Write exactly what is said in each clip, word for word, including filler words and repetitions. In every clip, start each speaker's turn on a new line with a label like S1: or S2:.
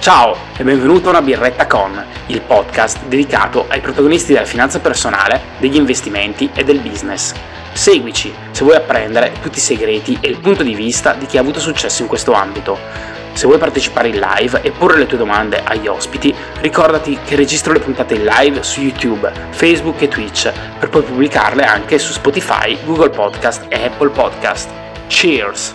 S1: Ciao e benvenuto a Una Birretta Con, il podcast dedicato ai protagonisti della finanza personale, degli investimenti e del business. Seguici se vuoi apprendere tutti i segreti e il punto di vista di chi ha avuto successo in questo ambito. Se vuoi partecipare in live e porre le tue domande agli ospiti, ricordati che registro le puntate in live su YouTube, Facebook e Twitch, per poi pubblicarle anche su Spotify, Google Podcast e Apple Podcast. Cheers!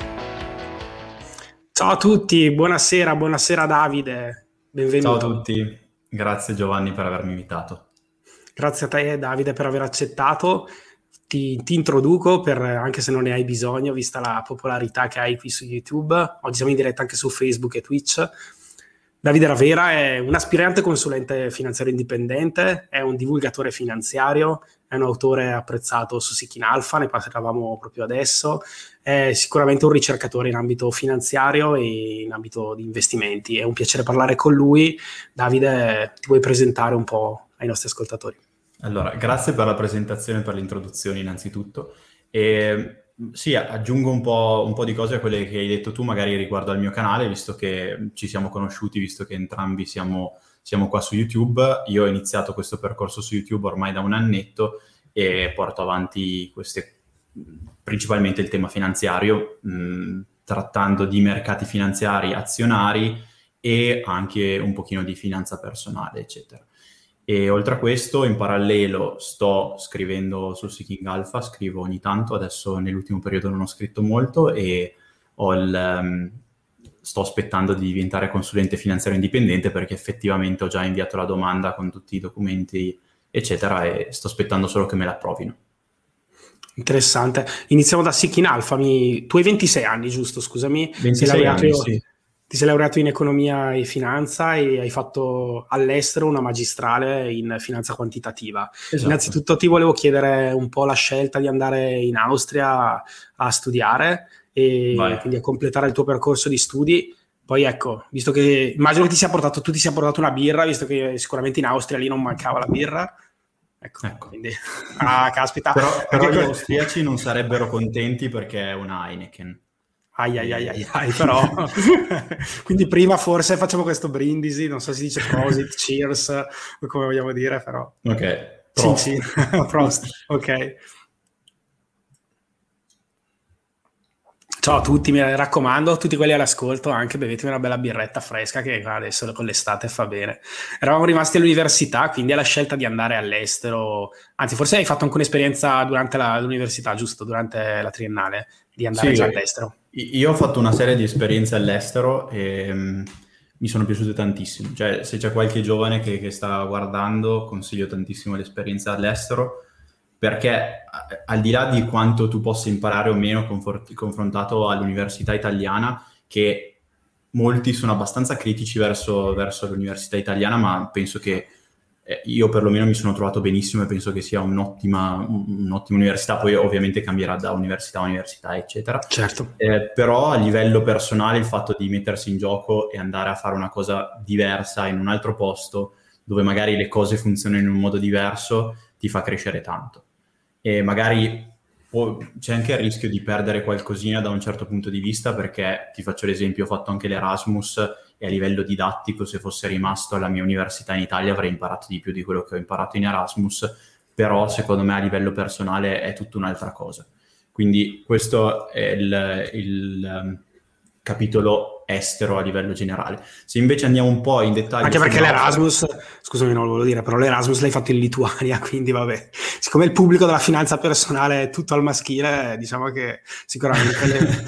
S2: Ciao a tutti, buonasera, buonasera Davide, benvenuto.
S3: Ciao a tutti, grazie Giovanni per avermi invitato.
S2: Grazie a te Davide per aver accettato, ti, ti introduco, per, anche se non ne hai bisogno, vista la popolarità che hai qui su YouTube. Oggi siamo in diretta anche su Facebook e Twitch. Davide Ravera è un aspirante consulente finanziario indipendente, è un divulgatore finanziario, è un autore apprezzato su Seeking Alpha, ne parlavamo proprio adesso, è sicuramente un ricercatore in ambito finanziario e in ambito di investimenti. È un piacere parlare con lui. Davide, ti vuoi presentare un po' ai nostri ascoltatori?
S3: Allora, grazie per la presentazione e per l'introduzione innanzitutto. E sì, aggiungo un po', un po' di cose a quelle che hai detto tu, magari riguardo al mio canale, visto che ci siamo conosciuti, visto che entrambi siamo, siamo qua su YouTube. Io ho iniziato questo percorso su YouTube ormai da un annetto e porto avanti queste, principalmente il tema finanziario, mh, trattando di mercati finanziari, azionari e anche un pochino di finanza personale, eccetera. E oltre a questo, in parallelo, sto scrivendo su Seeking Alpha, scrivo ogni tanto, adesso nell'ultimo periodo non ho scritto molto e ho il, um, sto aspettando di diventare consulente finanziario indipendente perché effettivamente ho già inviato la domanda con tutti i documenti, eccetera, e sto aspettando solo che me la approvino.
S2: Interessante. Iniziamo da Seeking Alpha. Mi... Tu hai ventisei anni, giusto? Scusami.
S3: ventisei anni, io... sì.
S2: Ti sei laureato in economia e finanza e hai fatto all'estero una magistrale in finanza quantitativa. Esatto. Innanzitutto ti volevo chiedere un po' la scelta di andare in Austria a studiare e Vai. quindi a completare il tuo percorso di studi. Poi ecco, visto che immagino che ti sia portato, tu ti sia portato una birra, visto che sicuramente in Austria lì non mancava la birra. Ecco,
S3: ecco.
S2: Quindi, ah, caspita.
S3: Però, però gli austriaci non sarebbero contenti perché è una Heineken.
S2: Ai ai ai ai, ai però quindi prima forse facciamo questo brindisi, non so se si dice prosit, cheers, come vogliamo dire, però
S3: ok, prost.
S2: Sì, sì. Prost. Ok, ciao a tutti, mi raccomando, a tutti quelli all'ascolto, anche bevetevi una bella birretta fresca che adesso con l'estate fa bene. Eravamo rimasti all'università, quindi alla scelta di andare all'estero, anzi forse hai fatto anche un'esperienza durante la, l'università, giusto? Durante la triennale, di andare
S3: sì,
S2: già all'estero.
S3: Io ho fatto una serie di esperienze all'estero e um, mi sono piaciute tantissimo. Cioè, se c'è qualche giovane che, che sta guardando, consiglio tantissimo l'esperienza all'estero, perché al di là di quanto tu possa imparare o meno confort- confrontato all'università italiana, che molti sono abbastanza critici verso, verso l'università italiana, ma penso che eh, io perlomeno mi sono trovato benissimo e penso che sia un'ottima, un'ottima università. Poi ovviamente cambierà da università a università, eccetera.
S2: Certo.
S3: Eh, però a livello personale il fatto di mettersi in gioco e andare a fare una cosa diversa in un altro posto, dove magari le cose funzionano in un modo diverso, ti fa crescere tanto. E magari può, c'è anche il rischio di perdere qualcosina da un certo punto di vista, perché ti faccio l'esempio, ho fatto anche l'Erasmus e a livello didattico, se fosse rimasto alla mia università in Italia avrei imparato di più di quello che ho imparato in Erasmus, però secondo me a livello personale è tutta un'altra cosa. Quindi questo è il, il um, capitolo estero a livello generale. Se invece andiamo un po' in dettaglio...
S2: Anche perché l'Erasmus, scusami non lo volevo dire, però l'Erasmus l'hai fatto in Lituania, quindi vabbè. Siccome il pubblico della finanza personale è tutto al maschile, diciamo che sicuramente... Le...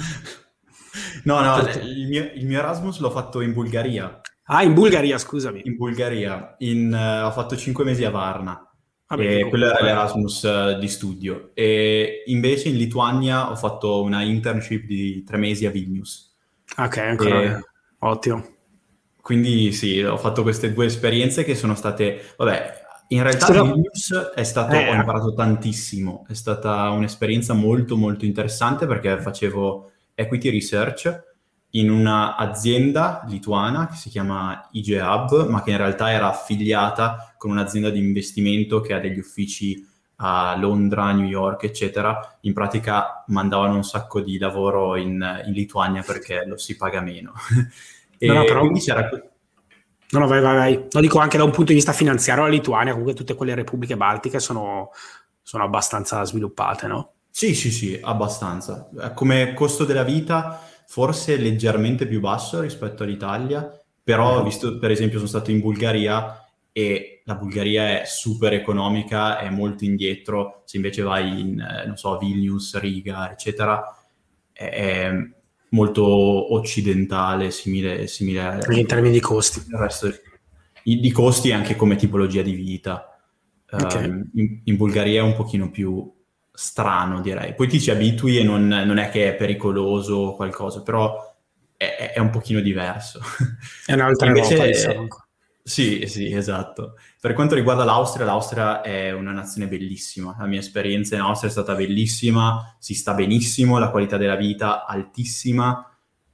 S3: no, no, il mio, il mio Erasmus l'ho fatto in Bulgaria.
S2: Ah, in Bulgaria, scusami.
S3: In Bulgaria. In, uh, ho fatto cinque mesi a Varna.
S2: Vabbè,
S3: e quello era l'Erasmus uh, di studio. E invece in Lituania ho fatto una internship di tre mesi a Vilnius.
S2: Ok, ancora
S3: e...
S2: ottimo.
S3: Quindi sì, ho fatto queste due esperienze che sono state... Vabbè, in realtà
S2: Però...
S3: Vilnius è stato... Eh. Ho imparato tantissimo. È stata un'esperienza molto molto interessante perché facevo equity research in un'azienda lituana che si chiama I G Hub, ma che in realtà era affiliata con un'azienda di investimento che ha degli uffici a Londra, New York, eccetera. In pratica mandavano un sacco di lavoro in, in Lituania perché lo si paga meno. E
S2: no, no, però...
S3: quindi c'era...
S2: No, no, vai, vai, vai. Lo dico anche da un punto di vista finanziario, la Lituania, comunque tutte quelle repubbliche baltiche sono, sono abbastanza sviluppate, no?
S3: Sì, sì, sì, abbastanza. Come costo della vita forse leggermente più basso rispetto all'Italia, però
S2: Mhm.
S3: visto per esempio sono stato in Bulgaria e la Bulgaria è super economica, è molto indietro, se invece vai in, eh, non so, Vilnius, Riga, eccetera, è, è molto occidentale, simile, simile al
S2: In termini di costi.
S3: resto di, di costi e anche come tipologia di vita.
S2: Ok.
S3: Um, in, in Bulgaria è un pochino più strano, direi. Poi ti ci abitui e non, non è che è pericoloso o qualcosa, però è, è un pochino diverso.
S2: È un'altra Europa, diciamo.
S3: Invece, sì, sì, esatto. Per quanto riguarda l'Austria, l'Austria è una nazione bellissima. La mia esperienza in Austria è stata bellissima, si sta benissimo, la qualità della vita altissima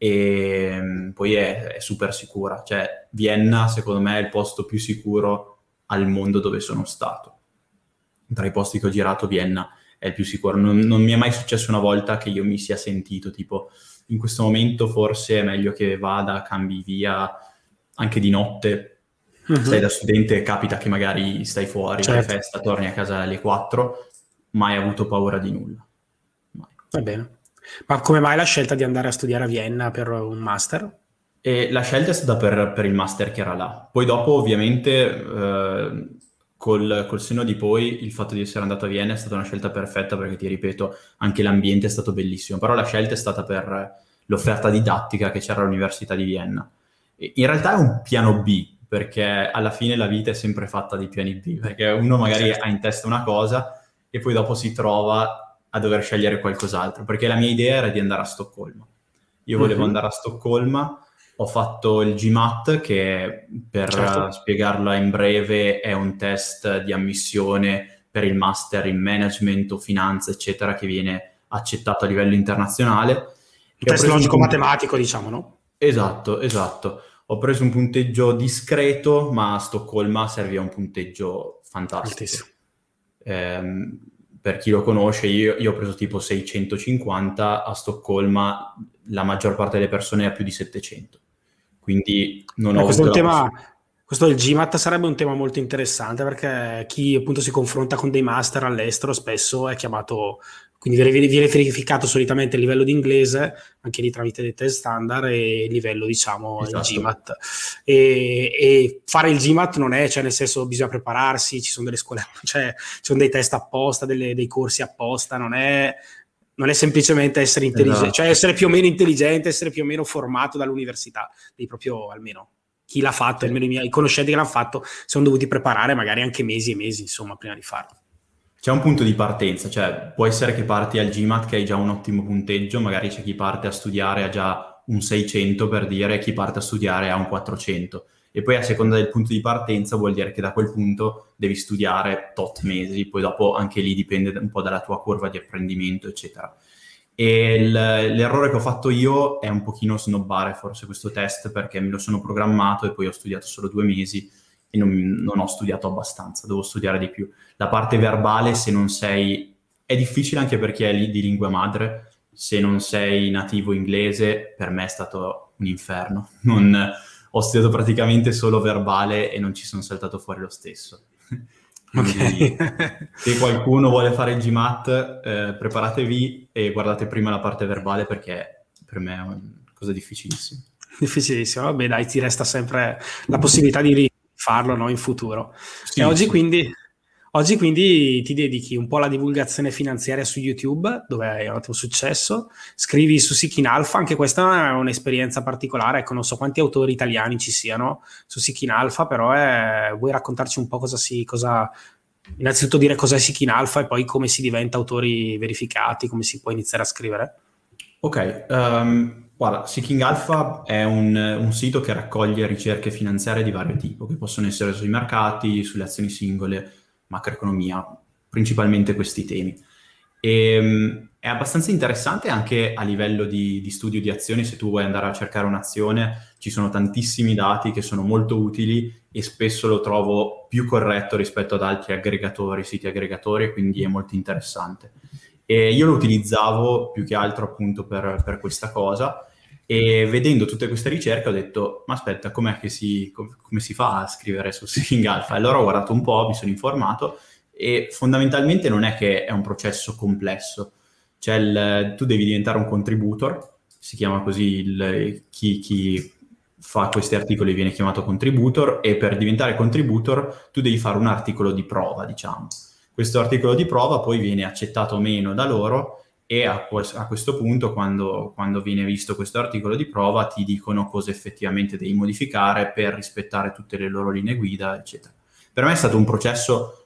S3: e um, poi è, è super sicura. Cioè, Vienna, secondo me, è il posto più sicuro al mondo dove sono stato. Tra i posti che ho girato, Vienna è il più sicuro. Non, non mi è mai successo una volta che io mi sia sentito tipo in questo momento forse è meglio che vada, cambi via anche di notte. Uh-huh. Stai da studente, capita che magari stai fuori, certo, fai festa, torni a casa alle quattro, mai avuto paura di nulla. Mai.
S2: Va bene. Ma come mai la scelta di andare a studiare a Vienna per un master?
S3: E la scelta è stata per, per il master che era là. Poi dopo ovviamente eh, col, col senno di poi il fatto di essere andato a Vienna è stata una scelta perfetta perché ti ripeto anche l'ambiente è stato bellissimo, però la scelta è stata per l'offerta didattica che c'era all'Università di Vienna. E in realtà è un piano B, perché alla fine la vita è sempre fatta di piani B, perché uno magari certo. ha in testa una cosa e poi dopo si trova a dover scegliere qualcos'altro, perché la mia idea era di andare a Stoccolma. Io volevo mm-hmm. andare a Stoccolma. Ho fatto il GMAT, che per certo. spiegarla in breve è un test di ammissione per il master in management o finanza, eccetera, che viene accettato a livello internazionale.
S2: Un test logico-matematico, diciamo, no?
S3: Esatto, esatto. Ho preso un punteggio discreto, ma a Stoccolma serviva un punteggio fantastico. Eh, per chi lo conosce, io, io ho preso tipo seicentocinquanta, a Stoccolma la maggior parte delle persone ha più di settecento. Quindi non
S2: eh,
S3: ho
S2: questo è un
S3: avuto
S2: tema, questo del GMAT sarebbe un tema molto interessante, perché chi appunto si confronta con dei master all'estero spesso è chiamato, quindi viene, viene verificato solitamente il livello di inglese, anche lì tramite dei test standard, e il livello, diciamo, esatto. il GMAT. E, e fare il GMAT non è, cioè nel senso bisogna prepararsi, ci sono delle scuole, cioè ci sono dei test apposta, delle, dei corsi apposta, non è... non è semplicemente essere intelligente, esatto. cioè essere più o meno intelligente, essere più o meno formato dall'università, devi proprio, almeno chi l'ha fatto, sì. almeno i miei conoscenti che l'hanno fatto, si sono dovuti preparare magari anche mesi e mesi, insomma, prima di farlo.
S3: C'è un punto di partenza, cioè può essere che parti al GMAT che hai già un ottimo punteggio, magari c'è chi parte a studiare a già un seicento per dire, chi parte a studiare a un quattrocento. E poi a seconda del punto di partenza vuol dire che da quel punto devi studiare tot mesi, poi dopo anche lì dipende un po' dalla tua curva di apprendimento, eccetera. E l- l'errore che ho fatto io è un pochino snobbare forse questo test, perché me lo sono programmato e poi ho studiato solo due mesi e non, non ho studiato abbastanza, devo studiare di più. La parte verbale, se non sei... è difficile anche per chi è lì di lingua madre, se non sei nativo inglese, per me è stato un inferno. Non... ho studiato praticamente solo verbale e non ci sono saltato fuori lo stesso. Quindi, okay. Se qualcuno vuole fare il GMAT, eh, preparatevi e guardate prima la parte verbale, perché per me è una cosa difficilissima.
S2: Difficilissimo, vabbè dai, ti resta sempre la possibilità di farlo, no, in futuro.
S3: Sì,
S2: e oggi
S3: sì.
S2: quindi... Oggi quindi ti dedichi un po' alla divulgazione finanziaria su YouTube, dove hai un ottimo successo, scrivi su Seeking Alpha, anche questa è un'esperienza particolare, ecco, non so quanti autori italiani ci siano su Seeking Alpha, però è... vuoi raccontarci un po' cosa si... cosa innanzitutto dire cos'è Seeking Alpha e poi come si diventa autori verificati, come si può iniziare a scrivere?
S3: Ok, um, guarda, Seeking Alpha è un, un sito che raccoglie ricerche finanziarie di vario tipo, che possono essere sui mercati, sulle azioni singole, macroeconomia, principalmente questi temi. E, um, è abbastanza interessante anche a livello di, di studio di azioni. Se tu vuoi andare a cercare un'azione, ci sono tantissimi dati che sono molto utili e spesso lo trovo più corretto rispetto ad altri aggregatori, siti aggregatori, e quindi è molto interessante. E io lo utilizzavo più che altro appunto per, per questa cosa, E vedendo tutte queste ricerche ho detto, ma aspetta, com'è che si, com- come si fa a scrivere su Seeking Alpha? Allora ho guardato un po', mi sono informato e fondamentalmente non è che è un processo complesso. Cioè il, tu devi diventare un contributor, si chiama così, il, chi, chi fa questi articoli viene chiamato contributor, e per diventare contributor tu devi fare un articolo di prova, diciamo. Questo articolo di prova poi viene accettato o meno da loro, e a, a questo punto, quando, quando viene visto questo articolo di prova, ti dicono cosa effettivamente devi modificare per rispettare tutte le loro linee guida, eccetera. Per me è stato un processo,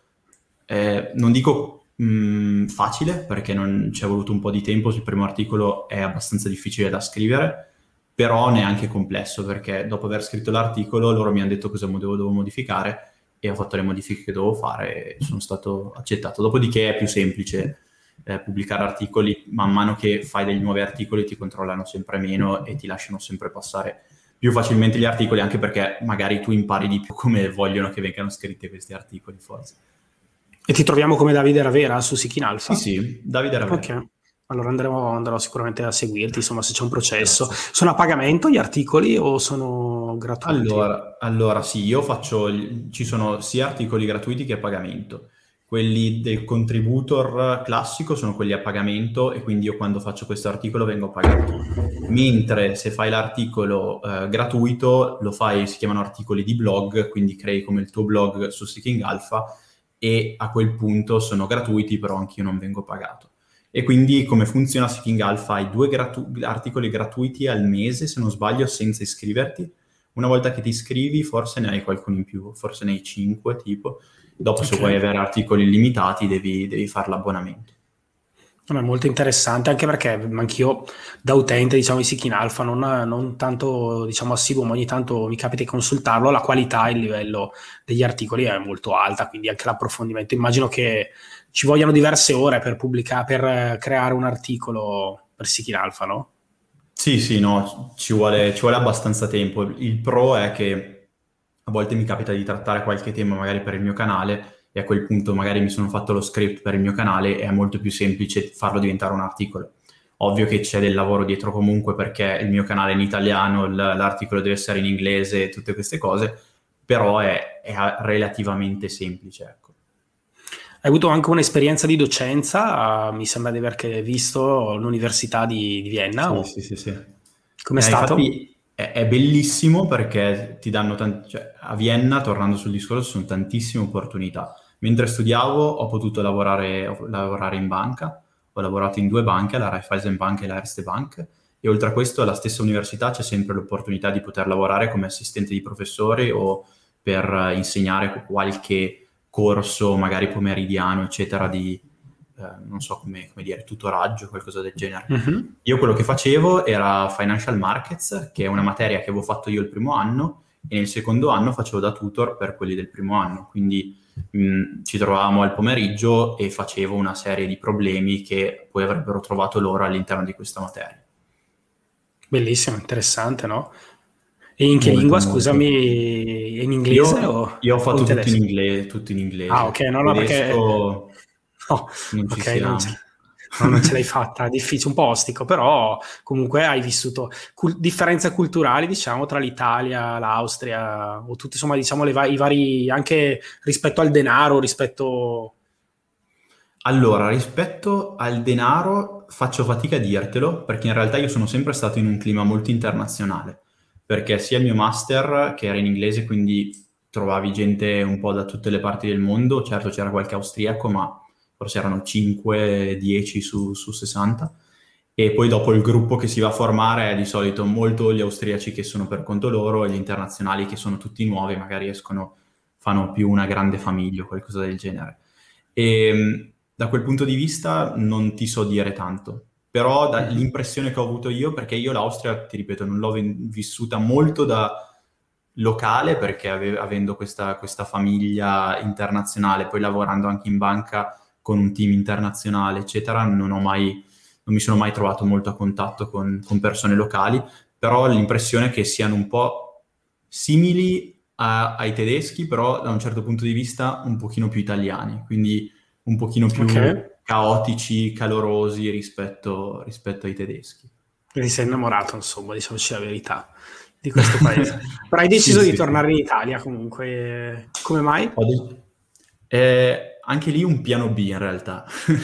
S3: eh, non dico mh, facile, perché non ci è voluto un po' di tempo. Sul primo articolo è abbastanza difficile da scrivere, però neanche complesso, perché dopo aver scritto l'articolo loro mi hanno detto cosa dovevo, dovevo modificare, e ho fatto le modifiche che dovevo fare e sono stato accettato. Dopodiché è più semplice eh, pubblicare articoli. Man mano che fai degli nuovi articoli ti controllano sempre meno e ti lasciano sempre passare più facilmente gli articoli, anche perché magari tu impari di più come vogliono che vengano scritti questi articoli, forse.
S2: E ti troviamo come Davide Ravera su Seeking Alpha?
S3: Sì, sì, Davide Ravera.
S2: Ok, allora andremo, andrò sicuramente a seguirti, insomma, se c'è un processo. Grazie. Sono a pagamento gli articoli o sono gratuiti?
S3: Allora, allora sì, io faccio, ci sono sia articoli gratuiti che a pagamento. Quelli del contributor classico sono quelli a pagamento, e quindi io quando faccio questo articolo vengo pagato. Mentre se fai l'articolo eh, gratuito, lo fai, si chiamano articoli di blog, quindi crei come il tuo blog su Seeking Alpha, e a quel punto sono gratuiti, però anch'io non vengo pagato. E quindi come funziona Seeking Alpha? Hai due gratu- articoli gratuiti al mese, se non sbaglio, senza iscriverti. Una volta che ti iscrivi forse ne hai qualcuno in più, forse ne hai cinque tipo. Dopo okay. Se vuoi avere articoli illimitati devi, devi fare l'abbonamento.
S2: È molto interessante, anche perché anch'io da utente, diciamo, di Seeking Alpha non, non tanto, diciamo, assiduo, ma ogni tanto mi capita di consultarlo. La qualità e il livello degli articoli è molto alta, quindi anche l'approfondimento. Immagino che ci vogliano diverse ore per pubblicare, per creare un articolo per Seeking Alpha, no?
S3: Sì, sì, no, ci vuole, ci vuole abbastanza tempo. Il pro è che a volte mi capita di trattare qualche tema magari per il mio canale, e a quel punto magari mi sono fatto lo script per il mio canale e è molto più semplice farlo diventare un articolo. Ovvio che c'è del lavoro dietro comunque, perché il mio canale è in italiano, l'articolo deve essere in inglese, tutte queste cose, però è, è relativamente semplice, ecco.
S2: Hai avuto anche un'esperienza di docenza, uh, mi sembra di aver visto l'Università di, di Vienna.
S3: Sì, sì, sì, sì.
S2: Com'è
S3: eh,
S2: stato?
S3: Infatti è, è bellissimo, perché ti danno tanti, cioè, a Vienna, tornando sul discorso, ci sono tantissime opportunità. Mentre studiavo ho potuto lavorare, ho, lavorare in banca, ho lavorato in due banche, la Raiffeisen Bank e la Erste Bank, e oltre a questo alla stessa università c'è sempre l'opportunità di poter lavorare come assistente di professore o per insegnare qualche corso magari pomeridiano, eccetera, di, eh, non so come, come dire, tutoraggio, qualcosa del genere. Mm-hmm. Io quello che facevo era Financial Markets, che è una materia che avevo fatto io il primo anno, e nel secondo anno facevo da tutor per quelli del primo anno, quindi mh, ci trovavamo al pomeriggio e facevo una serie di problemi che poi avrebbero trovato loro all'interno di questa materia.
S2: Bellissimo, interessante, no? E in che
S3: molto,
S2: lingua,
S3: molto.
S2: Scusami, in inglese
S3: io,
S2: o
S3: io ho fatto
S2: tutto
S3: in inglese, tutto in inglese.
S2: Ah, ok, no, no,
S3: Tedesco,
S2: perché... No,
S3: non ci
S2: ok,
S3: siamo.
S2: non ce... no, non ce l'hai fatta, è difficile, un po' ostico, però comunque hai vissuto cul- differenze culturali, diciamo, tra l'Italia, l'Austria, o tutti, insomma, diciamo, le va- i vari, anche rispetto al denaro, rispetto...
S3: Allora, rispetto al denaro faccio fatica a dirtelo, perché in realtà io sono sempre stato in un clima molto internazionale, perché sia il mio master, che era in inglese, quindi trovavi gente un po' da tutte le parti del mondo, certo c'era qualche austriaco, ma forse erano cinque dieci su, su sessanta, e poi dopo il gruppo che si va a formare è di solito molto gli austriaci che sono per conto loro, e gli internazionali che sono tutti nuovi, magari escono, fanno più una grande famiglia o qualcosa del genere. E da quel punto di vista non ti so dire tanto, però da, l'impressione che ho avuto io, perché io l'Austria, ti ripeto, non l'ho ven- vissuta molto da locale, perché ave- avendo questa, questa famiglia internazionale, poi lavorando anche in banca con un team internazionale, eccetera, non ho mai, non mi sono mai trovato molto a contatto con, con persone locali, però l'impressione è che siano un po' simili a, ai tedeschi, però da un certo punto di vista un pochino più italiani, quindi un pochino più okay. caotici, calorosi rispetto, rispetto ai tedeschi.
S2: Ti sei innamorato, insomma, diciamoci la verità, di questo paese. Però hai deciso
S3: sì,
S2: di
S3: sì.
S2: tornare in Italia comunque. Come mai?
S3: Eh, anche lì un piano B in realtà,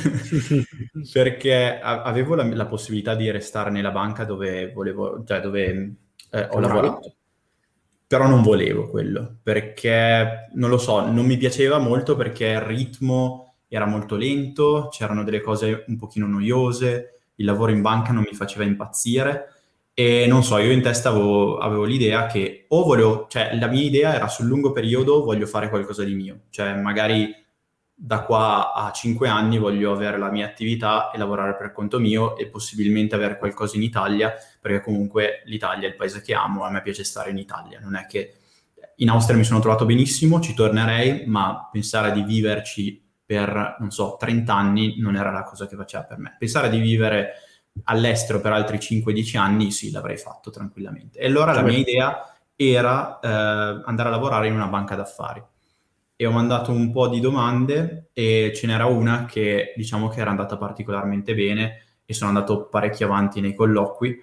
S3: perché a- avevo la, la possibilità di restare nella banca dove volevo, cioè dove eh, ho
S2: Lavoravi?
S3: lavorato, però non volevo quello, perché non lo so, non mi piaceva molto perché il ritmo era molto lento, c'erano delle cose un pochino noiose, il lavoro in banca non mi faceva impazzire. E non so, io in testa avevo, avevo l'idea che o volevo, cioè la mia idea era sul lungo periodo voglio fare qualcosa di mio, cioè magari da qua a cinque anni voglio avere la mia attività e lavorare per conto mio e possibilmente avere qualcosa in Italia, perché comunque l'Italia è il paese che amo, a me piace stare in Italia, non è che in Austria mi sono trovato benissimo, ci tornerei, ma pensare di viverci per, non so, trenta anni non era la cosa che faceva per me. Pensare di vivere all'estero per altri cinque dieci anni, sì, l'avrei fatto tranquillamente. E allora la mia idea era eh, andare a lavorare in una banca d'affari. E ho mandato un po' di domande e ce n'era una che diciamo che era andata particolarmente bene e sono andato parecchio avanti nei colloqui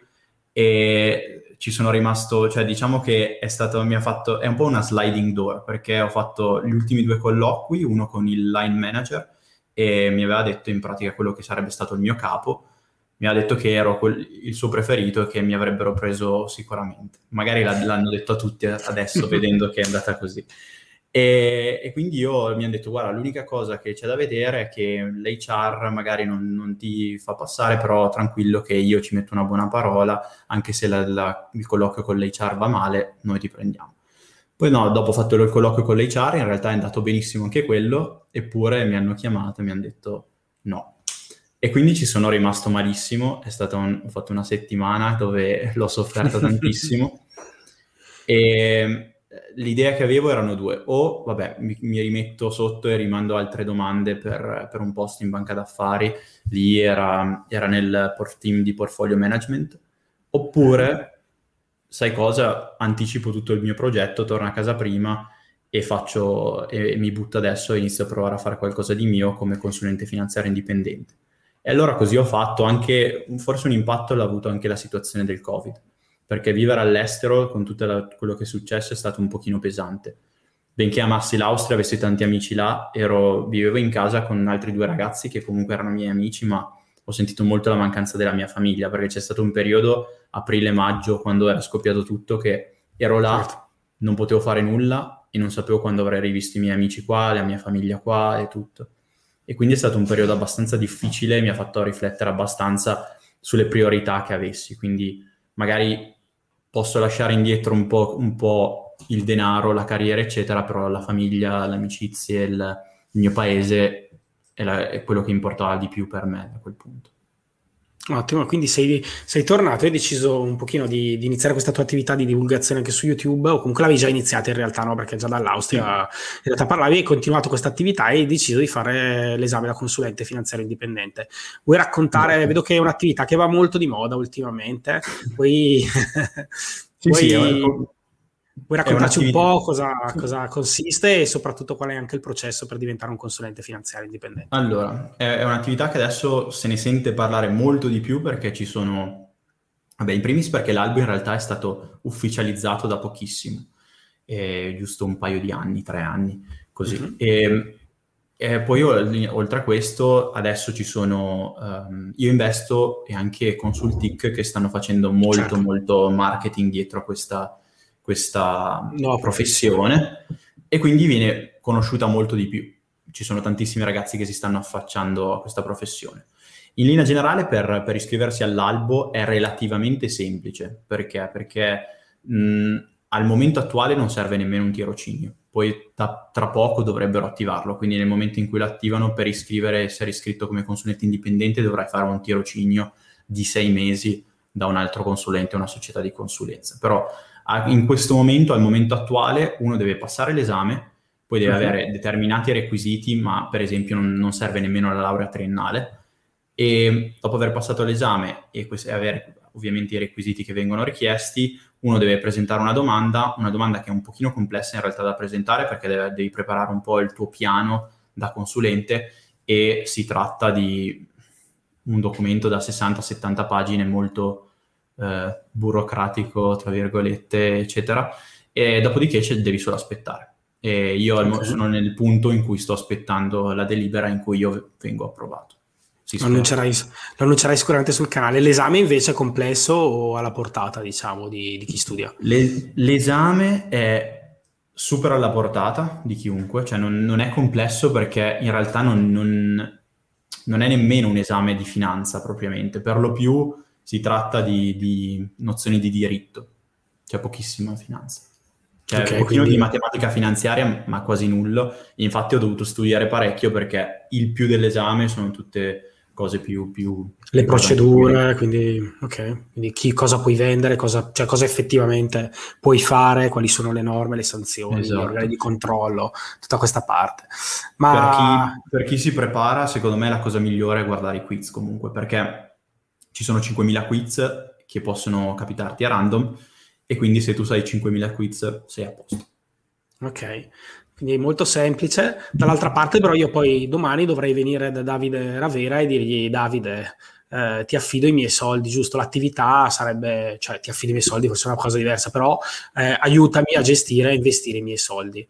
S3: e ci sono rimasto, cioè diciamo che è stato, mi ha fatto, è un po' una sliding door perché ho fatto gli ultimi due colloqui, uno con il line manager e mi aveva detto in pratica quello che sarebbe stato il mio capo, mi ha detto che ero quel, il suo preferito e che mi avrebbero preso sicuramente. Magari l'hanno detto a tutti adesso vedendo che è andata così. E, e quindi io mi hanno detto guarda, l'unica cosa che c'è da vedere è che l'H R magari non, non ti fa passare, però tranquillo che io ci metto una buona parola, anche se la, la, il colloquio con l'H R va male, noi ti prendiamo. Poi no, dopo ho fatto il colloquio con l'H R, in realtà è andato benissimo anche quello, eppure mi hanno chiamato e mi hanno detto no. E quindi ci sono rimasto malissimo, è stata un, ho fatto una settimana dove l'ho sofferta tantissimo e l'idea che avevo erano due, o vabbè mi, mi rimetto sotto e rimando altre domande per, per un posto in banca d'affari, lì era, era nel team di portfolio management, oppure sai cosa, anticipo tutto il mio progetto, torno a casa prima e faccio e, e mi butto adesso e inizio a provare a fare qualcosa di mio come consulente finanziario indipendente. E allora così ho fatto, anche forse un impatto l'ha avuto anche la situazione del Covid, perché vivere all'estero con tutto la, quello che è successo è stato un pochino pesante. Benché amassi l'Austria, avessi tanti amici là, ero, vivevo in casa con altri due ragazzi che comunque erano miei amici, ma ho sentito molto la mancanza della mia famiglia, perché c'è stato un periodo, aprile-maggio, quando era scoppiato tutto, che ero là, certo. Non potevo fare nulla e non sapevo quando avrei rivisto i miei amici qua, la mia famiglia qua e tutto. E quindi è stato un periodo abbastanza difficile e mi ha fatto riflettere abbastanza sulle priorità che avessi. Quindi magari posso lasciare indietro un po', un po' il denaro, la carriera, eccetera, però la famiglia, le amicizie, il, il mio paese è, la, è quello che importava di più per me a quel punto.
S2: Ottimo, quindi sei, sei tornato e hai deciso un pochino di, di iniziare questa tua attività di divulgazione anche su YouTube, o comunque l'avevi già iniziata in realtà, no? Perché già dall'Austria sì. In realtà parlavi, hai continuato questa attività e hai deciso di fare l'esame da consulente finanziario indipendente. Vuoi raccontare, sì. Vedo che è un'attività che va molto di moda ultimamente, puoi,
S3: sì,
S2: puoi,
S3: sì,
S2: puoi raccontarci un po' cosa, cosa consiste e soprattutto qual è anche il processo per diventare un consulente finanziario indipendente?
S3: Allora, è un'attività che adesso se ne sente parlare molto di più perché ci sono, vabbè, in primis perché l'albo in realtà è stato ufficializzato da pochissimo, eh, giusto un paio di anni, tre anni, così. Uh-huh. E, e poi oltre a questo adesso ci sono, um, io investo e anche Consultic che stanno facendo molto certo. molto marketing dietro a questa, questa no, professione, professione e quindi viene conosciuta molto di più. Ci sono tantissimi ragazzi che si stanno affacciando a questa professione. In linea generale per, per iscriversi all'albo è relativamente semplice. Perché? Perché mh, al momento attuale non serve nemmeno un tirocinio. Poi da, tra poco dovrebbero attivarlo, quindi nel momento in cui lo attivano per iscrivere, essere iscritto come consulente indipendente dovrai fare un tirocinio di sei mesi da un altro consulente, una società di consulenza. Però a, in questo momento, al momento attuale, uno deve passare l'esame, poi deve uh-huh. avere determinati requisiti, ma per esempio non, non serve nemmeno la laurea triennale, e dopo aver passato l'esame e quest- avere ovviamente i requisiti che vengono richiesti, uno deve presentare una domanda, una domanda che è un pochino complessa in realtà da presentare perché deve, devi preparare un po' il tuo piano da consulente e si tratta di un documento da sessanta settanta pagine molto, eh, burocratico, tra virgolette, eccetera, e dopodiché ci devi solo aspettare. E io okay. sono nel punto in cui sto aspettando la delibera in cui io vengo approvato.
S2: Lo annuncerai, lo annuncerai sicuramente sul canale. L'esame invece è complesso o alla portata, diciamo, di, di chi studia?
S3: Le, l'esame è super alla portata di chiunque, cioè non, non è complesso perché in realtà non, non, non è nemmeno un esame di finanza propriamente, per lo più si tratta di, di nozioni di diritto, cioè pochissima finanza. Cioè okay, un pochino quindi... di matematica finanziaria, ma quasi nullo. Infatti ho dovuto studiare parecchio perché il più dell'esame sono tutte cose più... più
S2: le procedure, quindi, okay. Quindi chi, cosa puoi vendere, cosa, cioè cosa effettivamente puoi fare, quali sono le norme, le sanzioni, esatto. Gli organi di controllo, tutta questa parte. Ma...
S3: Per chi, per chi si prepara, secondo me la cosa migliore è guardare i quiz comunque, perché ci sono cinquemila quiz che possono capitarti a random, e quindi se tu sai cinquemila quiz sei a posto.
S2: Ok, quindi è molto semplice. Dall'altra parte però io poi domani dovrei venire da Davide Ravera e dirgli: Davide, eh, ti affido i miei soldi, giusto? L'attività sarebbe, cioè ti affido i miei soldi, forse è una cosa diversa, però eh, aiutami a gestire e investire i miei soldi.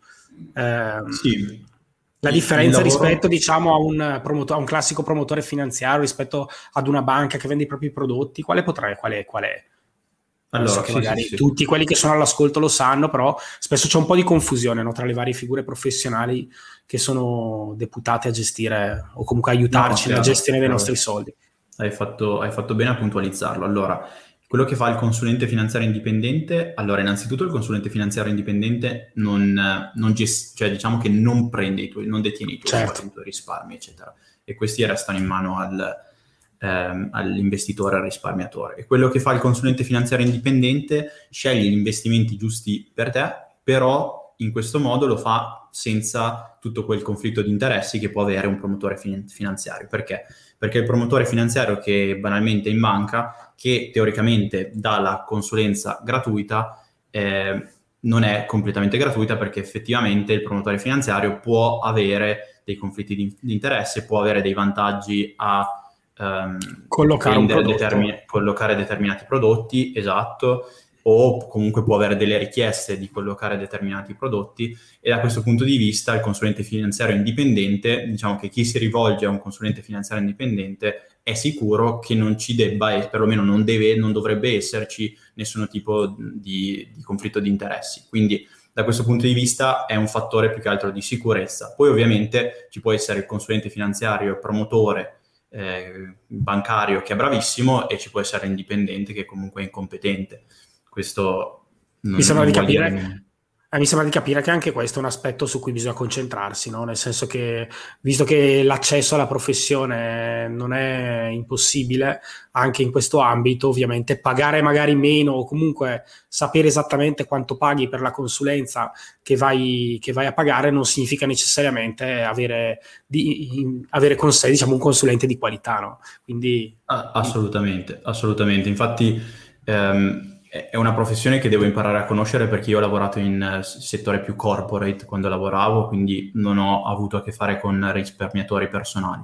S2: Eh,
S3: sì.
S2: La differenza lavoro... rispetto, diciamo, a un, promoto- a un classico promotore finanziario, rispetto ad una banca che vende i propri prodotti, quale potrebbe, qual è? Qual è? Allora, so che sì, magari sì, tutti sì. quelli che sono all'ascolto lo sanno, però spesso c'è un po' di confusione, no, tra le varie figure professionali che sono deputate a gestire o comunque aiutarci no, nella gestione dei nostri soldi.
S3: Hai fatto, hai fatto bene a puntualizzarlo. Allora, quello che fa il consulente finanziario indipendente, allora innanzitutto il consulente finanziario indipendente non, non gest- cioè diciamo che non prende i tuoi, non detiene i tuoi, certo. i tuoi risparmi, eccetera, e questi restano in mano al Ehm, all'investitore, al risparmiatore. E quello che fa il consulente finanziario indipendente, sceglie gli investimenti giusti per te, però in questo modo lo fa senza tutto quel conflitto di interessi che può avere un promotore fin- finanziario. Perché? Perché il promotore finanziario che banalmente è in banca, che teoricamente dà la consulenza gratuita, eh, non è completamente gratuita, perché effettivamente il promotore finanziario può avere dei conflitti di, di interesse, può avere dei vantaggi a Um,
S2: collocare, un
S3: determin- collocare determinati prodotti, esatto, o comunque può avere delle richieste di collocare determinati prodotti, e da questo punto di vista il consulente finanziario indipendente, diciamo che chi si rivolge a un consulente finanziario indipendente è sicuro che non ci debba, e perlomeno non deve, non dovrebbe esserci nessun tipo di, di conflitto di interessi. Quindi da questo punto di vista è un fattore più che altro di sicurezza. Poi ovviamente ci può essere il consulente finanziario promotore Eh, bancario che è bravissimo, e ci può essere indipendente che comunque è incompetente. Questo non,
S2: mi sembra
S3: non
S2: di capire
S3: dire...
S2: eh, mi sembra di capire che anche questo è un aspetto su cui bisogna concentrarsi, no? Nel senso che, visto che l'accesso alla professione non è impossibile, anche in questo ambito ovviamente pagare magari meno, o comunque sapere esattamente quanto paghi per la consulenza che vai, che vai a pagare, non significa necessariamente avere, di, avere con sé, diciamo, un consulente di qualità, no? Quindi
S3: ah, assolutamente, assolutamente. Infatti ehm, è una professione che devo imparare a conoscere, perché io ho lavorato in settore più corporate quando lavoravo, quindi non ho avuto a che fare con risparmiatori personali,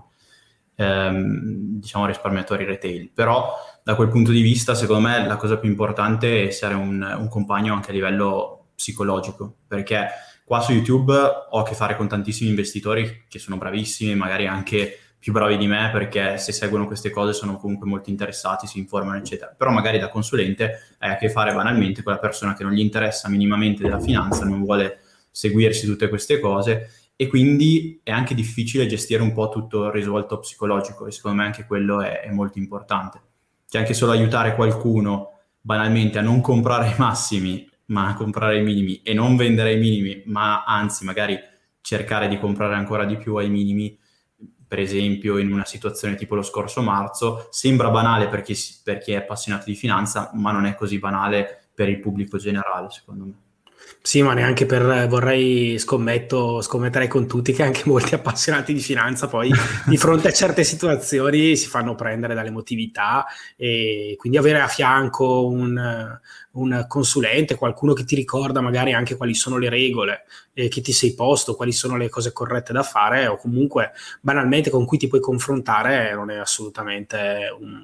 S3: ehm, diciamo risparmiatori retail. Però da quel punto di vista, secondo me, la cosa più importante è essere un, un compagno anche a livello psicologico, perché qua su YouTube ho a che fare con tantissimi investitori che sono bravissimi, magari anche più bravi di me, perché se seguono queste cose sono comunque molto interessati, si informano, eccetera. Però magari da consulente hai a che fare banalmente con la persona che non gli interessa minimamente della finanza, non vuole seguirsi tutte queste cose, e quindi è anche difficile gestire un po' tutto il risvolto psicologico, e secondo me anche quello è, è molto importante. Cioè anche solo aiutare qualcuno banalmente a non comprare i massimi, ma a comprare i minimi, e non vendere ai minimi, ma anzi magari cercare di comprare ancora di più ai minimi, per esempio in una situazione tipo lo scorso marzo, sembra banale per chi, per chi è appassionato di finanza, ma non è così banale per il pubblico generale, secondo me.
S2: Sì, ma neanche per, vorrei scommetto, scommettere con tutti che anche molti appassionati di finanza poi di fronte a certe situazioni si fanno prendere dall'emotività, e quindi avere a fianco un, un consulente, qualcuno che ti ricorda magari anche quali sono le regole, eh, che ti sei posto, quali sono le cose corrette da fare, o comunque banalmente con cui ti puoi confrontare, non è assolutamente un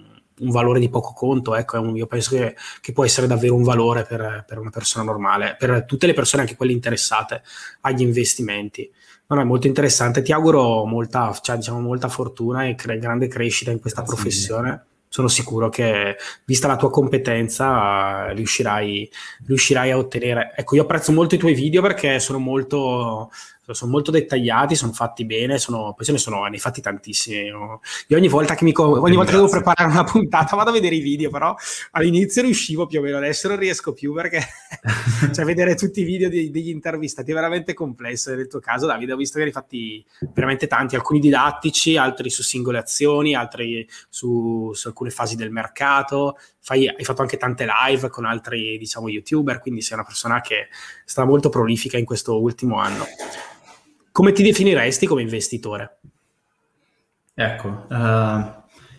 S2: un valore di poco conto, ecco, è un, io penso che, che può essere davvero un valore per, per una persona normale, per tutte le persone, anche quelle interessate agli investimenti. No, no, è molto interessante, ti auguro molta, cioè, diciamo, molta fortuna e cre- grande crescita in questa
S3: Grazie
S2: professione.
S3: mille.
S2: Sono sicuro che, vista la tua competenza, eh, riuscirai, riuscirai a ottenere. Ecco, io apprezzo molto i tuoi video perché sono molto, sono molto dettagliati, sono fatti bene, sono, poi ce ne sono, ne hai fatti tantissimi. Io ogni volta che mi co- ogni volta che devo preparare una puntata vado a vedere i video, però all'inizio riuscivo più o meno, adesso non riesco più perché cioè, vedere tutti i video di, degli intervistati è veramente complesso. Nel tuo caso, Davide, ho visto che ne hai fatti veramente tanti, alcuni didattici, altri su singole azioni, altri su, su alcune fasi del mercato. Fai, hai fatto anche tante live con altri, diciamo, youtuber, quindi sei una persona che è stata molto prolifica in questo ultimo anno. Come ti definiresti come investitore?
S3: Ecco, uh,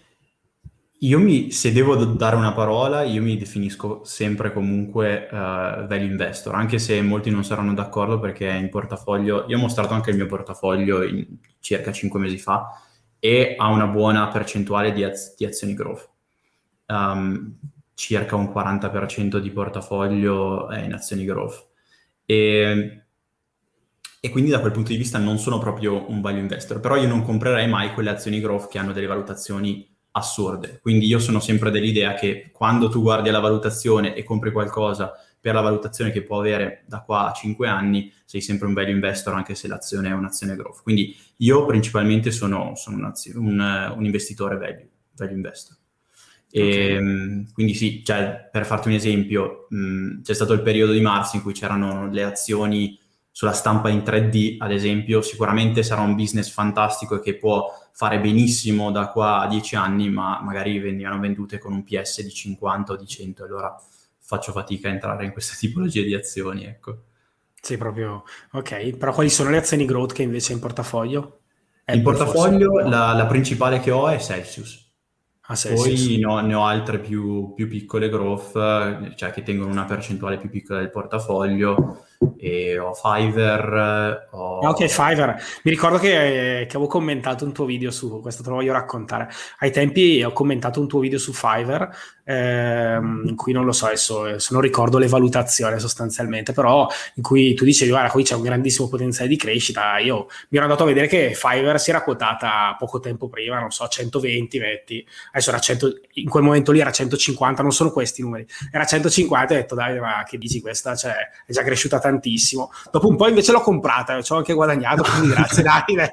S3: io mi, se devo dare una parola, io mi definisco sempre comunque uh, value investor, anche se molti non saranno d'accordo perché in portafoglio, io ho mostrato anche il mio portafoglio in circa cinque mesi fa e ha una buona percentuale di, az- di azioni growth. Um, circa un quaranta per cento di portafoglio è in azioni growth. E... E quindi da quel punto di vista non sono proprio un value investor, però io non comprerei mai quelle azioni growth che hanno delle valutazioni assurde. Quindi io sono sempre dell'idea che quando tu guardi la valutazione e compri qualcosa per la valutazione che può avere da qua a cinque anni, sei sempre un value investor anche se l'azione è un'azione growth. Quindi io principalmente sono, sono un, un investitore value, value investor. E, okay. Quindi sì, cioè, per farti un esempio, mh, c'è stato il periodo di marzo in cui c'erano le azioni sulla stampa in tre D, ad esempio. Sicuramente sarà un business fantastico e che può fare benissimo da qua a dieci anni, ma magari venivano vendute con un P S di cinquanta o di cento, allora faccio fatica a entrare in questa tipologia di azioni, ecco.
S2: Sì, proprio, ok. Però quali sono le azioni growth che invece hai in portafoglio?
S3: In
S2: Apple,
S3: portafoglio la, la principale che ho è Celsius.
S2: Ah, Celsius.
S3: Poi ne ho, ne ho altre più, più piccole growth, cioè che tengono una percentuale più piccola del portafoglio, e ho Fiverr, ho...
S2: Ah, ok, Fiverr. Mi ricordo che, che avevo commentato un tuo video su questo, te lo voglio raccontare. Ai tempi ho commentato un tuo video su Fiverr, ehm, in cui non lo so adesso, se non ricordo le valutazioni sostanzialmente, però in cui tu dicevi, guarda, qui c'è un grandissimo potenziale di crescita. Io mi ero andato a vedere che Fiverr si era quotata poco tempo prima, non so, centoventi, metti. Adesso era cento, in quel momento lì era centocinquanta, non sono questi i numeri, era centocinquanta, e ho detto, dai, ma che dici, questa cioè, è già cresciuta tantissimo. Dopo un po' invece l'ho comprata, ci ho anche guadagnato, quindi grazie Davide.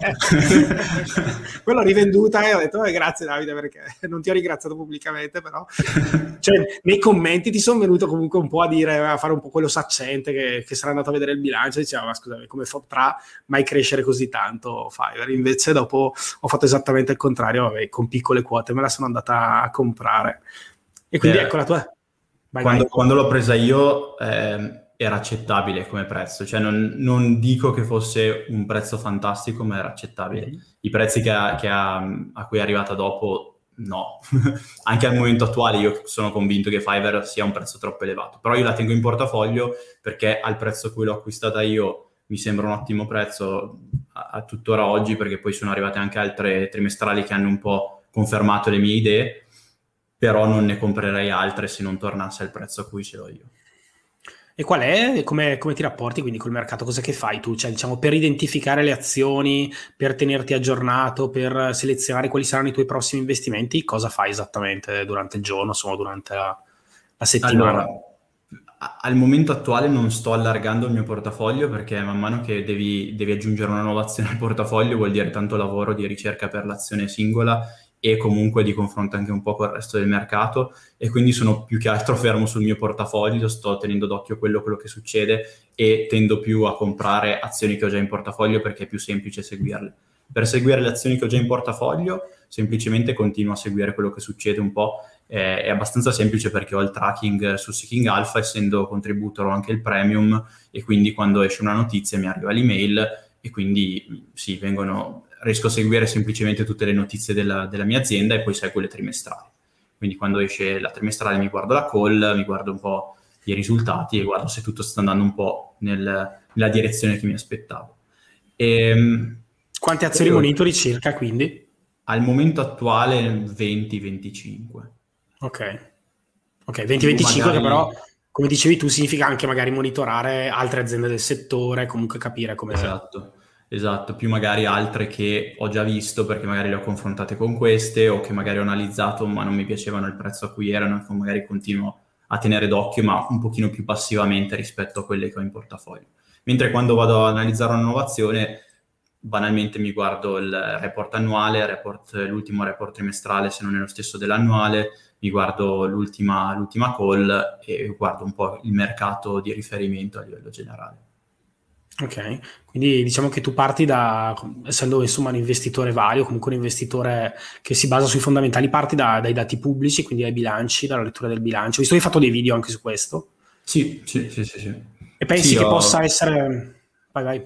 S2: Poi l'ho rivenduta e ho detto, eh, grazie Davide, perché non ti ho ringraziato pubblicamente, però cioè, nei commenti ti sono venuto comunque un po' a dire, a fare un po' quello saccente che, che sarà andato a vedere il bilancio e diceva, ma scusami, come potrà mai crescere così tanto Fiverr? Invece dopo ho fatto esattamente il contrario, vabbè, con piccole quote me la sono andata a comprare. E quindi eh, ecco la tua...
S3: Vai, quando, vai. Quando l'ho presa io eh, era accettabile come prezzo, cioè non, non dico che fosse un prezzo fantastico, ma era accettabile. Mm-hmm. I prezzi che ha, che ha, a cui è arrivata dopo, no. Anche al momento attuale io sono convinto che Fiverr sia un prezzo troppo elevato, però io la tengo in portafoglio perché al prezzo a cui l'ho acquistata io mi sembra un ottimo prezzo a, a tuttora oggi, perché poi sono arrivate anche altre trimestrali che hanno un po' confermato le mie idee, però non ne comprerei altre se non tornasse al prezzo a cui ce l'ho io.
S2: E qual è? Come, come ti rapporti quindi col mercato? Cosa che fai tu? Cioè, diciamo, per identificare le azioni, per tenerti aggiornato, per selezionare quali saranno i tuoi prossimi investimenti, cosa fai esattamente durante il giorno, insomma, durante la, la settimana?
S3: Allora, al momento attuale non sto allargando il mio portafoglio, perché man mano che devi, devi aggiungere una nuova azione al portafoglio vuol dire tanto lavoro di ricerca per l'azione singola e comunque di confronto anche un po' con il resto del mercato, e quindi sono più che altro fermo sul mio portafoglio, sto tenendo d'occhio quello, quello che succede e tendo più a comprare azioni che ho già in portafoglio perché è più semplice seguirle. Per seguire le azioni che ho già in portafoglio semplicemente continuo a seguire quello che succede un po', eh, è abbastanza semplice perché ho il tracking su Seeking Alpha, essendo contributor ho anche il premium, e quindi quando esce una notizia mi arriva l'email e quindi sì, vengono... riesco a seguire semplicemente tutte le notizie della, della mia azienda e poi seguo le trimestrali. Quindi quando esce la trimestrale mi guardo la call, mi guardo un po' i risultati e guardo se tutto sta andando un po' nel, nella direzione che mi aspettavo. E,
S2: quante azioni monitori circa, quindi?
S3: Al momento attuale venti venticinque.
S2: Ok, ok, venti venticinque
S3: magari...
S2: che però, come dicevi tu, significa anche magari monitorare altre aziende del settore, comunque capire come...
S3: Esatto, esatto, più magari altre che ho già visto perché magari le ho confrontate con queste o che magari ho analizzato ma non mi piacevano il prezzo a cui erano e magari continuo a tenere d'occhio ma un pochino più passivamente rispetto a quelle che ho in portafoglio. Mentre quando vado a analizzare un'innovazione, banalmente mi guardo il report annuale, report, l'ultimo report trimestrale se non è lo stesso dell'annuale, mi guardo l'ultima, l'ultima call e guardo un po' il mercato di riferimento a livello generale.
S2: Ok, quindi diciamo che tu parti da, essendo insomma un investitore vario, comunque un investitore che si basa sui fondamentali, parti da, dai dati pubblici, quindi dai bilanci, dalla lettura del bilancio. Visto che hai fatto dei video anche su questo.
S3: Sì, sì, sì, sì, sì.
S2: E pensi
S3: Sì,
S2: che
S3: ho...
S2: possa essere... Vai, vai.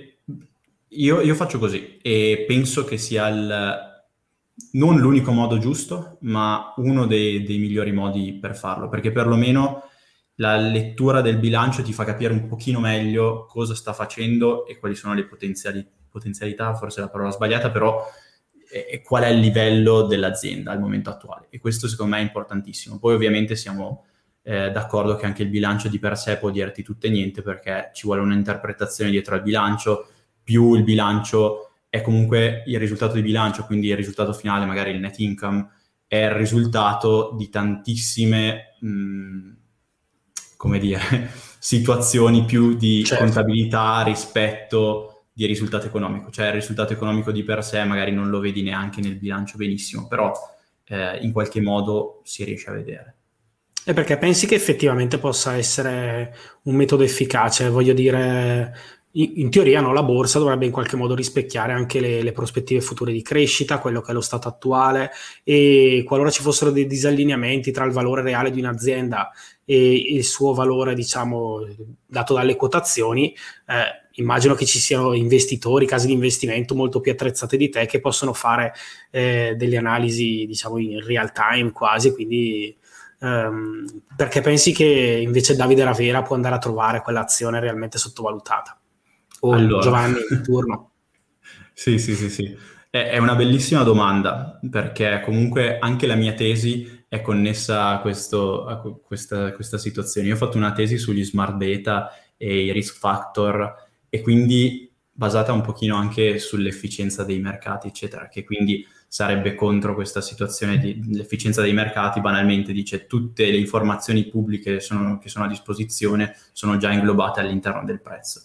S3: Io, io faccio così e penso che sia il, non l'unico modo giusto, ma uno dei, dei migliori modi per farlo, perché perlomeno la lettura del bilancio ti fa capire un pochino meglio cosa sta facendo e quali sono le potenziali, potenzialità, forse è la parola sbagliata, però e qual è il livello dell'azienda al momento attuale. E questo secondo me è importantissimo. Poi ovviamente siamo eh, d'accordo che anche il bilancio di per sé può dirti tutto e niente, perché ci vuole un'interpretazione dietro al bilancio, più il bilancio è comunque il risultato di bilancio, quindi il risultato finale, magari il net income, è il risultato di tantissime, mh, come dire, situazioni più di
S2: certo.
S3: contabilità rispetto di risultato economico. Cioè il risultato economico di per sé magari non lo vedi neanche nel bilancio benissimo, però eh, in qualche modo si riesce a vedere.
S2: E perché pensi che effettivamente possa essere un metodo efficace? Voglio dire, in teoria no, la borsa dovrebbe in qualche modo rispecchiare anche le, le prospettive future di crescita, quello che è lo stato attuale, e qualora ci fossero dei disallineamenti tra il valore reale di un'azienda e il suo valore, diciamo, dato dalle quotazioni, eh, immagino che ci siano investitori, case di investimento molto più attrezzate di te che possono fare eh, delle analisi, diciamo, in real time quasi, quindi... Um, perché pensi che invece Davide Ravera può andare a trovare quell'azione realmente sottovalutata? O
S3: allora.
S2: Giovanni di turno?
S3: Sì, sì, sì, sì. È, è una bellissima domanda, perché comunque anche la mia tesi è connessa a, questo, a questa, questa situazione. Io ho fatto una tesi sugli smart beta e i risk factor, e quindi basata un pochino anche sull'efficienza dei mercati, eccetera, che quindi sarebbe contro questa situazione di l'efficienza dei mercati. Banalmente dice tutte le informazioni pubbliche sono, che sono a disposizione sono già inglobate all'interno del prezzo.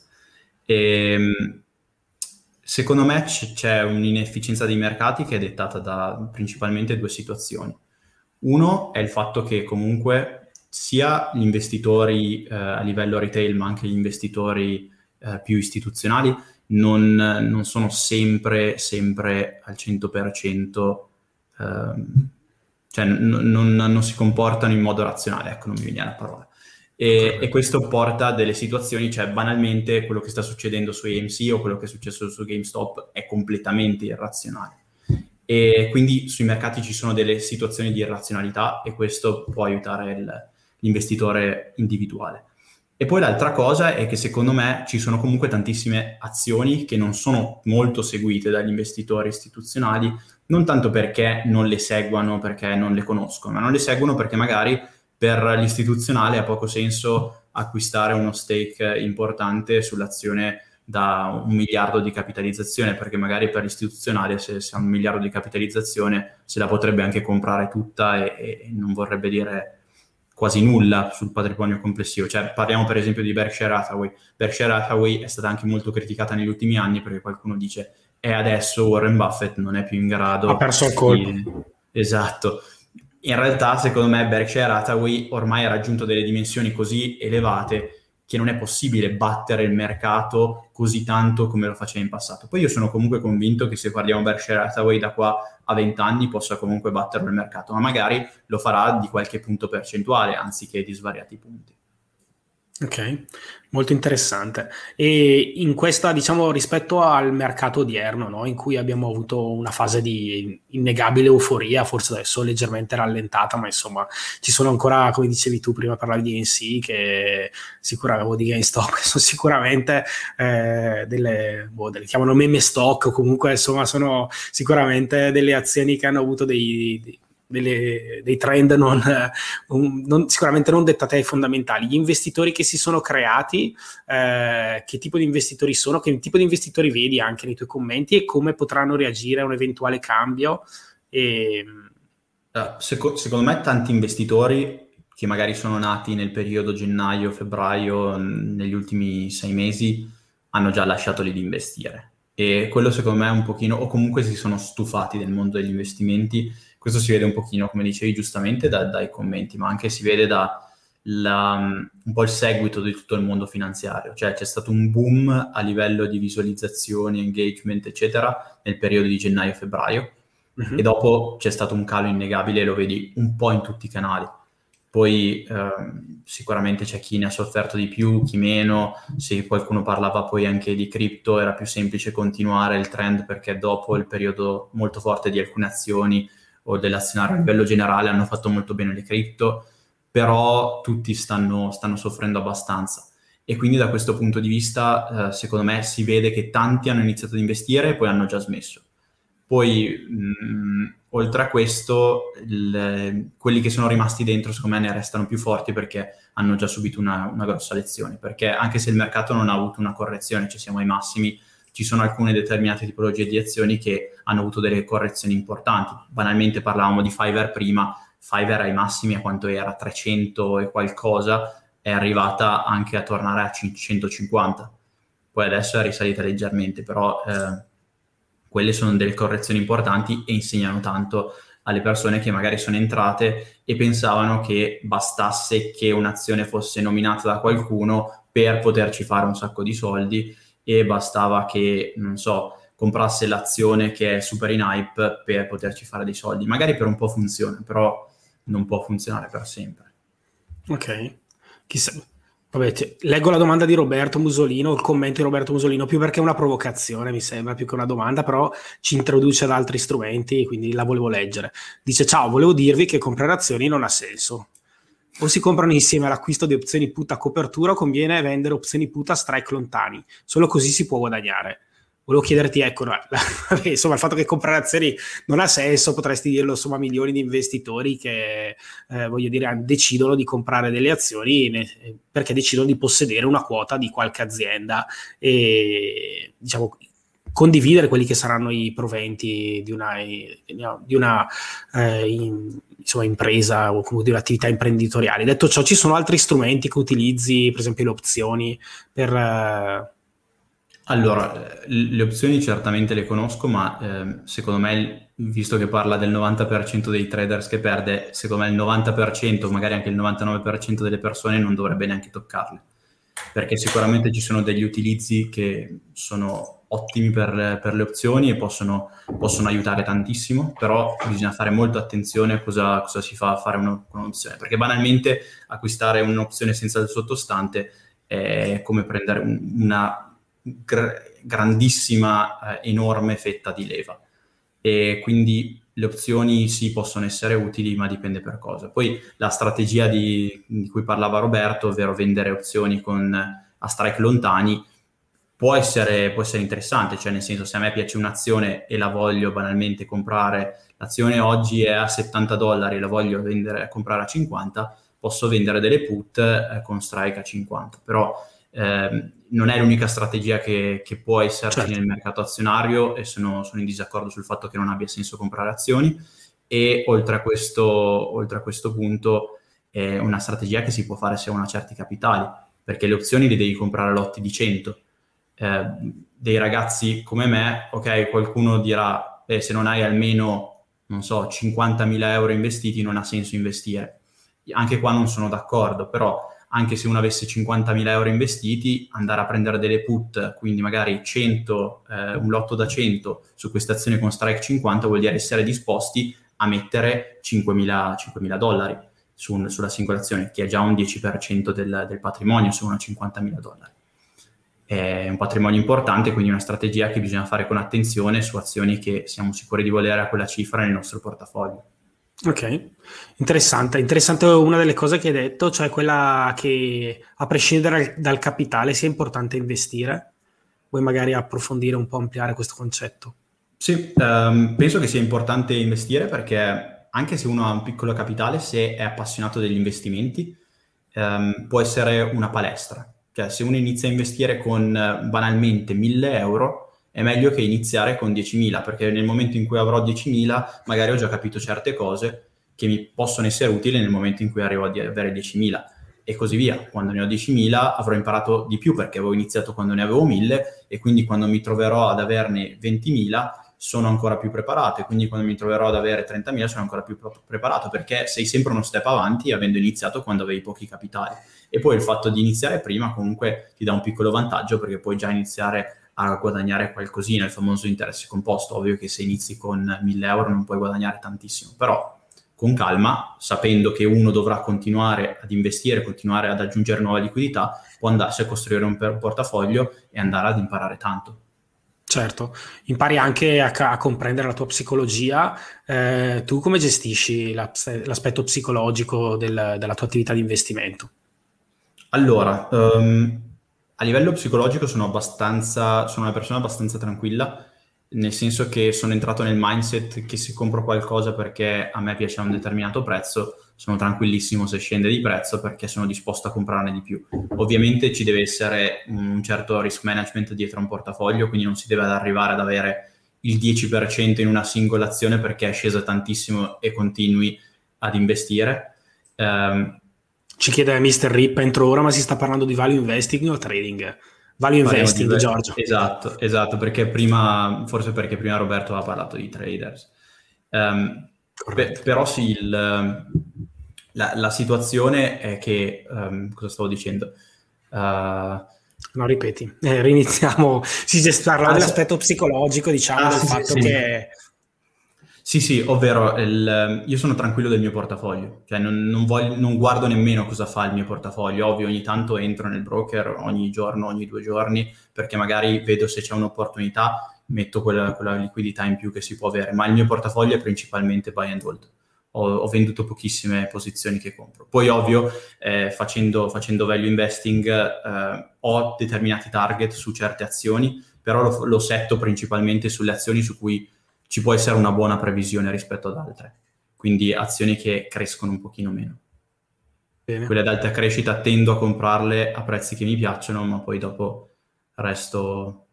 S3: E, secondo me c- c'è un'inefficienza dei mercati che è dettata da principalmente due situazioni. Uno è il fatto che comunque sia gli investitori eh, a livello retail, ma anche gli investitori eh, più istituzionali non, non sono sempre, sempre al cento per cento, ehm, cioè n- non, non si comportano in modo razionale, ecco, non mi viene la parola. E, e questo porta a delle situazioni, cioè banalmente quello che sta succedendo su A M C o quello che è successo su GameStop è completamente irrazionale. E quindi sui mercati ci sono delle situazioni di irrazionalità e questo può aiutare il, l'investitore individuale. E poi l'altra cosa è che secondo me ci sono comunque tantissime azioni che non sono molto seguite dagli investitori istituzionali, non tanto perché non le seguano, perché non le conoscono, ma non le seguono perché magari per l'istituzionale ha poco senso acquistare uno stake importante sull'azione da un miliardo di capitalizzazione, perché magari per l'istituzionale se, se ha un miliardo di capitalizzazione se la potrebbe anche comprare tutta e, e non vorrebbe dire quasi nulla sul patrimonio complessivo. Cioè parliamo per esempio di Berkshire Hathaway. Berkshire Hathaway è stata anche molto criticata negli ultimi anni perché qualcuno dice e adesso Warren Buffett non è più in grado
S2: Ha perso il colpo.
S3: di... Esatto. In realtà, secondo me, Berkshire Hathaway ormai ha raggiunto delle dimensioni così elevate che non è possibile battere il mercato così tanto come lo faceva in passato. Poi io sono comunque convinto che se guardiamo Berkshire Hathaway da qua a venti anni possa comunque batterlo il mercato, ma magari lo farà di qualche punto percentuale anziché di svariati punti.
S2: Ok, molto interessante. E in questa, diciamo, rispetto al mercato odierno, no, in cui abbiamo avuto una fase di innegabile euforia, forse adesso leggermente rallentata, ma insomma ci sono ancora, come dicevi tu prima, parlavi di A M C, che sicuramente di GameStop, sono sicuramente eh, delle, boh, delle chiamano meme stock, o comunque insomma sono sicuramente delle azioni che hanno avuto dei, dei delle, dei trend non, non, sicuramente non dettati ai fondamentali. Gli investitori che si sono creati, eh, che tipo di investitori sono, che tipo di investitori vedi anche nei tuoi commenti e come potranno reagire a un eventuale cambio? E...
S3: Uh, seco- secondo me tanti investitori che magari sono nati nel periodo gennaio-febbraio, negli ultimi sei mesi, hanno già lasciato lì di investire. E quello secondo me è un pochino, o comunque si sono stufati del mondo degli investimenti. Questo si vede un pochino, come dicevi giustamente, da, dai commenti, ma anche si vede da la, un po' il seguito di tutto il mondo finanziario. Cioè c'è stato un boom a livello di visualizzazioni, engagement, eccetera, nel periodo di gennaio-febbraio. Mm-hmm. E dopo c'è stato un calo innegabile, lo vedi un po' in tutti i canali. Poi eh, sicuramente c'è chi ne ha sofferto di più, chi meno. Se qualcuno parlava poi anche di cripto, era più semplice continuare il trend perché dopo il periodo molto forte di alcune azioni o dell'azionario a livello generale hanno fatto molto bene le cripto, però tutti stanno, stanno soffrendo abbastanza. E quindi da questo punto di vista, eh, secondo me, si vede che tanti hanno iniziato ad investire e poi hanno già smesso. Poi, mh, oltre a questo, il, quelli che sono rimasti dentro, secondo me, ne restano più forti perché hanno già subito una, una grossa lezione. Perché anche se il mercato non ha avuto una correzione, ci siamo ai massimi, ci sono alcune determinate tipologie di azioni che hanno avuto delle correzioni importanti. Banalmente parlavamo di Fiverr prima, Fiverr ai massimi a quanto era trecento e qualcosa, è arrivata anche a tornare a centocinquanta. Poi adesso è risalita leggermente, però... Eh, quelle sono delle correzioni importanti e insegnano tanto alle persone che magari sono entrate e pensavano che bastasse che un'azione fosse nominata da qualcuno per poterci fare un sacco di soldi e bastava che, non so, comprasse l'azione che è super in hype per poterci fare dei soldi. Magari per un po' funziona, però non può funzionare per sempre.
S2: Ok, chissà. Vabbè, t- leggo la domanda di Roberto Musolino, il commento di Roberto Musolino, più perché è una provocazione, mi sembra, più che una domanda, però ci introduce ad altri strumenti, quindi la volevo leggere. Dice: ciao, volevo dirvi che comprare azioni non ha senso. O si comprano insieme all'acquisto di opzioni put a copertura o conviene vendere opzioni put a strike lontani. Solo così si può guadagnare. Volevo chiederti, ecco, la, la, insomma, il fatto che comprare azioni non ha senso, potresti dirlo, insomma, milioni di investitori che, eh, voglio dire, decidono di comprare delle azioni ne, perché decidono di possedere una quota di qualche azienda e, diciamo, condividere quelli che saranno i proventi di una, di una eh, in, insomma, impresa o comunque di un'attività imprenditoriale. Detto ciò, ci sono altri strumenti che utilizzi, per esempio le opzioni, per... Eh,
S3: Allora, le opzioni certamente le conosco, ma eh, secondo me, visto che parla del novanta per cento dei traders che perde, secondo me il novanta per cento, magari anche il novantanove per cento delle persone non dovrebbe neanche toccarle, perché sicuramente ci sono degli utilizzi che sono ottimi per, per le opzioni e possono, possono aiutare tantissimo, però bisogna fare molta attenzione a cosa, cosa si fa a fare uno, un'opzione, perché banalmente acquistare un'opzione senza il sottostante è come prendere un, una... grandissima, eh, enorme fetta di leva, e quindi le opzioni sì possono essere utili, ma dipende per cosa. Poi la strategia di, di cui parlava Roberto, ovvero vendere opzioni con, a strike lontani, può essere, può essere interessante, cioè nel senso, se a me piace un'azione e la voglio banalmente comprare, l'azione oggi è a settanta dollari e la voglio vendere, comprare a cinquanta, posso vendere delle put eh, con strike a cinquanta, però Eh, non è l'unica strategia che, che può esserci, certo, nel mercato azionario, e sono, sono in disaccordo sul fatto che non abbia senso comprare azioni. E oltre a questo, oltre a questo punto è una strategia che si può fare se ho una certi capitali, perché le opzioni le devi comprare a lotti di cento. Eh, dei ragazzi come me, ok, qualcuno dirà eh, se non hai almeno, non so, cinquantamila euro investiti non ha senso investire. Anche qua non sono d'accordo, però anche se uno avesse cinquantamila euro investiti, andare a prendere delle put, quindi magari cento, eh, un lotto da cento su queste azioni con strike cinquanta, vuol dire essere disposti a mettere cinquemila dollari su un, sulla singola azione, che è già un dieci per cento del, del patrimonio su una cinquantamila dollari. È un patrimonio importante, quindi una strategia che bisogna fare con attenzione su azioni che siamo sicuri di volere a quella cifra nel nostro portafoglio.
S2: Ok, interessante. Interessante una delle cose che hai detto, cioè quella che a prescindere dal capitale sia importante investire. Vuoi magari approfondire un po', ampliare questo concetto?
S3: Sì, um, penso che sia importante investire perché anche se uno ha un piccolo capitale, se è appassionato degli investimenti, ehm, può essere una palestra. Cioè, se uno inizia a investire con eh, banalmente mille euro, è meglio che iniziare con diecimila, perché nel momento in cui avrò diecimila, magari ho già capito certe cose che mi possono essere utili nel momento in cui arrivo ad avere diecimila. E così via. Quando ne ho diecimila avrò imparato di più perché avevo iniziato quando ne avevo mille, e quindi quando mi troverò ad averne ventimila sono ancora più preparato, e quindi quando mi troverò ad avere trentamila sono ancora più preparato, perché sei sempre uno step avanti avendo iniziato quando avevi pochi capitali. E poi il fatto di iniziare prima comunque ti dà un piccolo vantaggio, perché puoi già iniziare a guadagnare qualcosina, il famoso interesse composto. Ovvio che se inizi con mille euro non puoi guadagnare tantissimo, però con calma, sapendo che uno dovrà continuare ad investire, continuare ad aggiungere nuova liquidità, può andarsi a costruire un portafoglio e andare ad imparare tanto.
S2: Certo, impari anche a, a comprendere la tua psicologia. Eh, tu come gestisci l'aspetto psicologico del, della tua attività di investimento?
S3: Allora, um, a livello psicologico sono abbastanza, sono una persona abbastanza tranquilla, nel senso che sono entrato nel mindset che se compro qualcosa perché a me piace a un determinato prezzo, sono tranquillissimo se scende di prezzo, perché sono disposto a comprarne di più. Ovviamente ci deve essere un certo risk management dietro a un portafoglio, quindi non si deve arrivare ad avere il dieci per cento in una singola azione perché è scesa tantissimo e continui ad investire. Um,
S2: Ci chiede mister Rip entro ora, ma si sta parlando di value investing o trading? Value investing,
S3: di...
S2: Giorgio.
S3: Esatto, esatto, perché prima, forse perché prima Roberto aveva parlato di traders. Um, pe- però sì, il, la, la situazione è che, um, cosa stavo dicendo? Uh,
S2: no, ripeti, eh, riniziamo, si parla dell'aspetto psicologico, diciamo,
S3: ah,
S2: del
S3: sì,
S2: fatto
S3: sì,
S2: che...
S3: Sì, sì, ovvero il, io sono tranquillo del mio portafoglio, cioè non, non, voglio, non guardo nemmeno cosa fa il mio portafoglio. Ovvio, ogni tanto entro nel broker, ogni giorno, ogni due giorni, perché magari vedo se c'è un'opportunità, metto quella, quella liquidità in più che si può avere, ma il mio portafoglio è principalmente buy and hold. Ho, ho venduto pochissime posizioni che compro. Poi ovvio, eh, facendo, facendo value investing, eh, ho determinati target su certe azioni, però lo, lo setto principalmente sulle azioni su cui ci può essere una buona previsione rispetto ad altre, quindi azioni che crescono un pochino meno. Bene. Quelle ad alta crescita tendo a comprarle a prezzi che mi piacciono, ma poi dopo resto,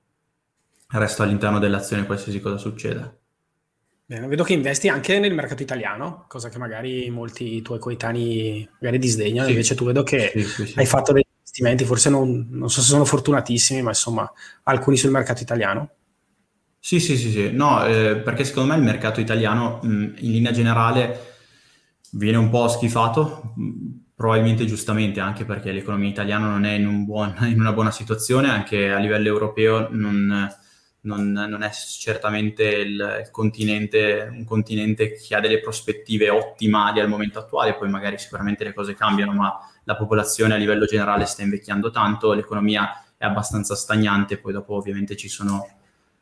S3: resto all'interno dell'azione qualsiasi cosa succeda.
S2: Bene, vedo che investi anche nel mercato italiano, cosa che magari molti tuoi coetanei magari disdegnano, sì. Invece tu vedo che sì, sì, sì. hai fatto degli investimenti, forse non, non so se sono fortunatissimi, ma insomma alcuni sul mercato italiano.
S3: Sì, sì, sì, sì. No, eh, perché secondo me il mercato italiano mh, in linea generale viene un po' schifato, mh, probabilmente giustamente, anche perché l'economia italiana non è in, un buon, in una buona situazione, anche a livello europeo non, non, non è certamente il, il continente, un continente che ha delle prospettive ottimali al momento attuale. Poi magari sicuramente le cose cambiano, ma la popolazione a livello generale sta invecchiando tanto, l'economia è abbastanza stagnante, poi dopo ovviamente ci sono...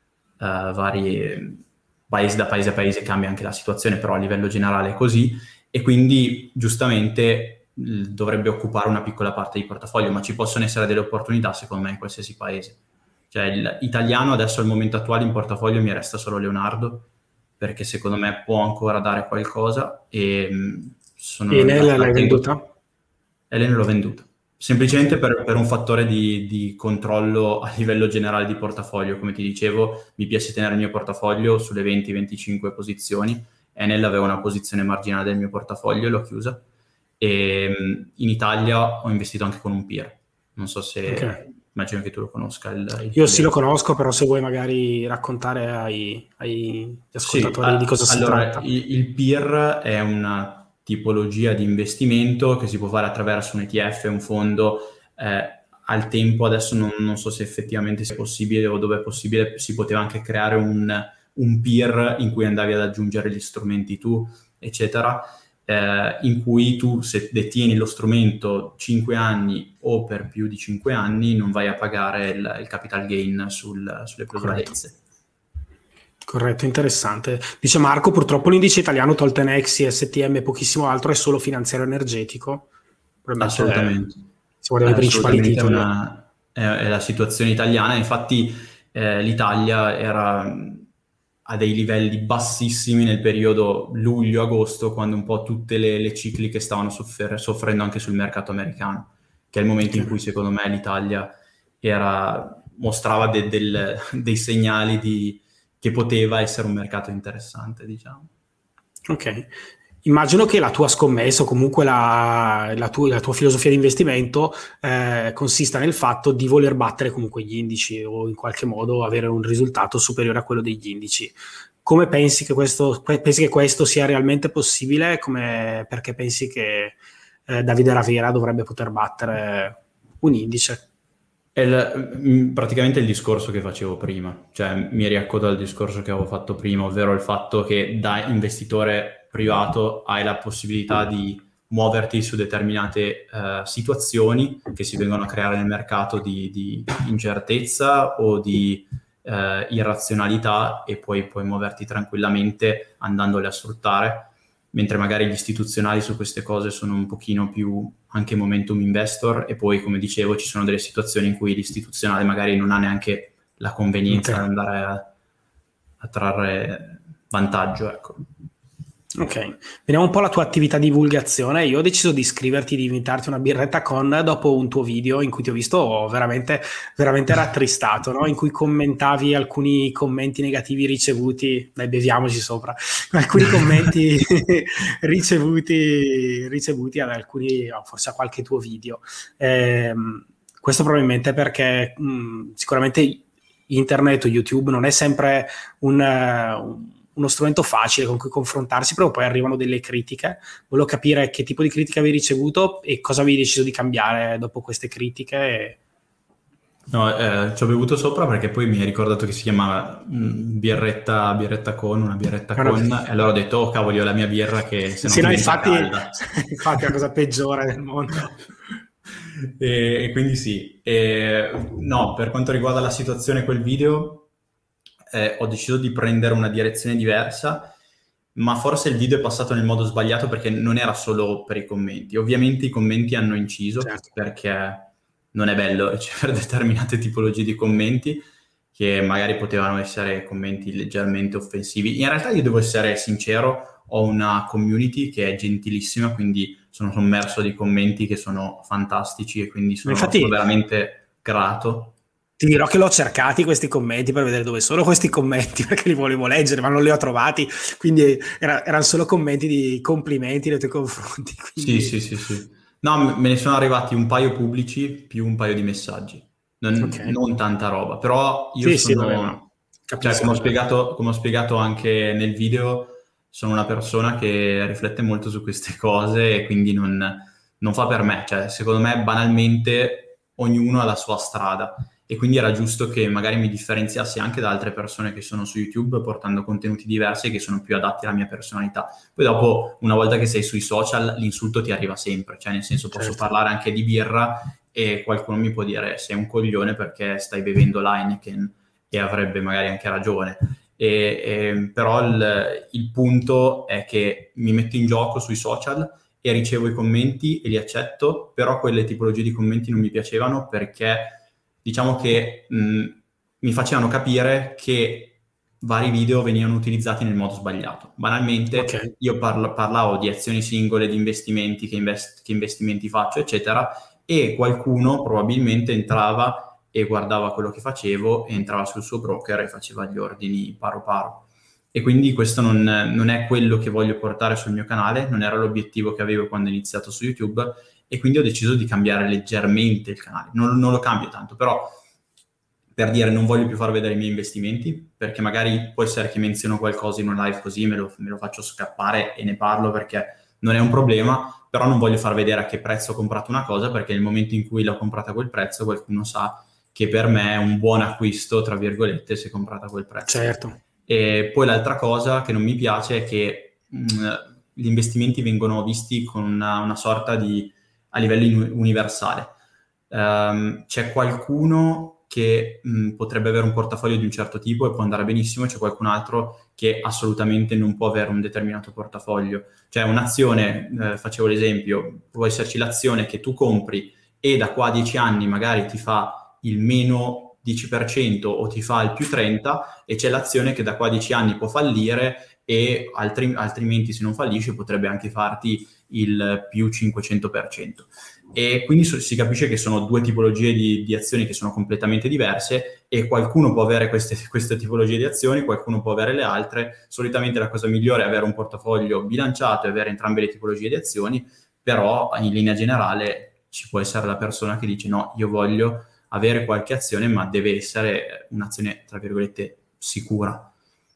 S3: Uh, vari paesi, da paese a paese cambia anche la situazione, però a livello generale è così, e quindi giustamente l- dovrebbe occupare una piccola parte di portafoglio, ma ci possono essere delle opportunità secondo me in qualsiasi paese. Cioè l'italiano adesso al momento attuale in portafoglio mi resta solo Leonardo, perché secondo me può ancora dare qualcosa, e mh, sono...
S2: E Enel l'hai venduta?
S3: Enel l'ho venduta. Semplicemente per, per un fattore di, di controllo a livello generale di portafoglio. Come ti dicevo, mi piace tenere il mio portafoglio sulle venti venticinque posizioni. Enel aveva una posizione marginale del mio portafoglio, l'ho chiusa. E in Italia ho investito anche con un peer. Non so se... Okay. Immagino che tu lo conosca. Il, il
S2: Io sì lo conosco, però se vuoi magari raccontare ai, ai ascoltatori sì, di cosa
S3: allora,
S2: si tratta.
S3: Il, il peer è una tipologia di investimento che si può fare attraverso un E T F, un fondo. Eh, al tempo adesso non, non so se effettivamente sia possibile o dove è possibile, si poteva anche creare un, un peer in cui andavi ad aggiungere gli strumenti tu, eccetera, eh, in cui tu, se detieni lo strumento cinque anni o per più di cinque anni, non vai a pagare il, il capital gain sul, sulle plusvalenze.
S2: Corretto, interessante. Dice Marco, purtroppo l'indice italiano Toltenex, S T M e pochissimo altro è solo finanziario energetico.
S3: Assolutamente.
S2: Se guardiamo i principali titoli.
S3: Una, è, è la situazione italiana, infatti eh, l'Italia era a dei livelli bassissimi nel periodo luglio-agosto, quando un po' tutte le, le cicliche stavano soffer- soffrendo anche sul mercato americano, che è il momento in cui secondo me l'Italia era, mostrava de- del, dei segnali di, che poteva essere un mercato interessante, diciamo.
S2: Ok. Immagino che la tua scommessa o comunque la, la, tua, la tua filosofia di investimento eh, consista nel fatto di voler battere comunque gli indici o in qualche modo avere un risultato superiore a quello degli indici. Come pensi che questo, pensi che questo sia realmente possibile? Come, perché pensi che eh, Davide Ravera dovrebbe poter battere un indice?
S3: È il, praticamente il discorso che facevo prima, cioè mi riaccodo al discorso che avevo fatto prima, ovvero il fatto che da investitore privato hai la possibilità di muoverti su determinate uh, situazioni che si vengono a creare nel mercato di, di incertezza o di uh, irrazionalità, e poi puoi muoverti tranquillamente andandole a sfruttare, mentre magari gli istituzionali su queste cose sono un pochino più anche momentum investor, e poi, come dicevo, ci sono delle situazioni in cui l'istituzionale magari non ha neanche la convenienza
S2: Okay.
S3: di andare a, a trarre vantaggio, ecco.
S2: Ok, vediamo un po' la tua attività di divulgazione. Io ho deciso di iscriverti, di invitarti una birretta con dopo un tuo video in cui ti ho visto veramente, veramente rattristato, no? In cui commentavi alcuni commenti negativi ricevuti, dai, beviamoci sopra, alcuni commenti ricevuti, ricevuti ad alcuni, forse a qualche tuo video. Eh, questo probabilmente perché mh, sicuramente internet o YouTube non è sempre un... un uno strumento facile con cui confrontarsi, però poi arrivano delle critiche. Volevo capire che tipo di critiche avevi ricevuto e cosa avevi deciso di cambiare dopo queste critiche. E...
S3: No, eh, ci ho bevuto sopra perché poi mi hai ricordato che si chiamava mh, birretta, birretta con, una birretta
S2: no,
S3: con,
S2: no.
S3: E allora ho detto, oh cavoli, ho la mia birra che se no
S2: sì, no,
S3: diventa
S2: infatti,
S3: calda.
S2: infatti è la cosa peggiore del mondo.
S3: e, e quindi sì. E, no, per quanto riguarda la situazione quel video, Eh, ho deciso di prendere una direzione diversa, ma forse il video è passato nel modo sbagliato perché non era solo per i commenti. Ovviamente i commenti hanno inciso,
S2: Certo.
S3: perché non è bello ricevere determinate tipologie di commenti che magari potevano essere commenti leggermente offensivi. In realtà io devo essere sincero, ho una community che è gentilissima, quindi sono sommerso di commenti che sono fantastici e quindi sono,
S2: Infatti,
S3: sono veramente grato.
S2: Ti dirò che l'ho cercati questi commenti per vedere dove sono questi commenti, perché li volevo leggere, ma non li ho trovati, quindi era, erano solo commenti di complimenti nei tuoi confronti. Quindi...
S3: Sì, sì, sì, sì. No, me ne sono arrivati un paio pubblici più un paio di messaggi. Non,
S2: okay.
S3: non tanta roba, però io
S2: sì,
S3: sono...
S2: Sì, vabbè, no.
S3: Cioè, come ho spiegato, come ho spiegato anche nel video, sono una persona che riflette molto su queste cose e quindi non, non fa per me. Cioè, secondo me, banalmente, ognuno ha la sua strada. E quindi era giusto che magari mi differenziassi anche da altre persone che sono su YouTube portando contenuti diversi e che sono più adatti alla mia personalità. Poi dopo, una volta che sei sui social, l'insulto ti arriva sempre, cioè nel senso posso
S2: certo.
S3: parlare anche di birra e qualcuno mi può dire sei un coglione perché stai bevendo l'Heineken, e avrebbe magari anche ragione. E, e, però il, il punto è che mi metto in gioco sui social e ricevo i commenti e li accetto, però quelle tipologie di commenti non mi piacevano perché diciamo che mh, mi facevano capire che vari video venivano utilizzati nel modo sbagliato. Banalmente,
S2: okay.
S3: io parla, parlavo di azioni singole, di investimenti, che, invest, che investimenti faccio, eccetera, e qualcuno probabilmente entrava e guardava quello che facevo, e entrava sul suo broker e faceva gli ordini paro paro. E quindi questo non, non è quello che voglio portare sul mio canale, non era l'obiettivo che avevo quando ho iniziato su YouTube, e quindi ho deciso di cambiare leggermente il canale. Non, non lo cambio tanto, però per dire non voglio più far vedere i miei investimenti, perché magari può essere che menziono qualcosa in un live così, me lo, me lo faccio scappare e ne parlo perché non è un problema, però non voglio far vedere a che prezzo ho comprato una cosa, perché nel momento in cui l'ho comprata a quel prezzo qualcuno sa che per me è un buon acquisto, tra virgolette, se comprata a quel prezzo.
S2: Certo.
S3: E poi l'altra cosa che non mi piace è che mh, gli investimenti vengono visti con una, una sorta di a livello universale. Um, c'è qualcuno che mh, potrebbe avere un portafoglio di un certo tipo e può andare benissimo, e c'è qualcun altro che assolutamente non può avere un determinato portafoglio. Cioè un'azione, eh, facevo l'esempio, può esserci l'azione che tu compri e da qua a dieci anni magari ti fa il meno dieci per cento o ti fa il più trenta per cento, e c'è l'azione che da qua a dieci anni può fallire e altri, altrimenti se non fallisce potrebbe anche farti il più cinquecento per cento. E quindi si capisce che sono due tipologie di, di azioni che sono completamente diverse, e qualcuno può avere queste, queste tipologie di azioni, qualcuno può avere le altre. Solitamente la cosa migliore è avere un portafoglio bilanciato e avere entrambe le tipologie di azioni, però in linea generale ci può essere la persona che dice no, io voglio avere qualche azione, ma deve essere un'azione tra virgolette sicura.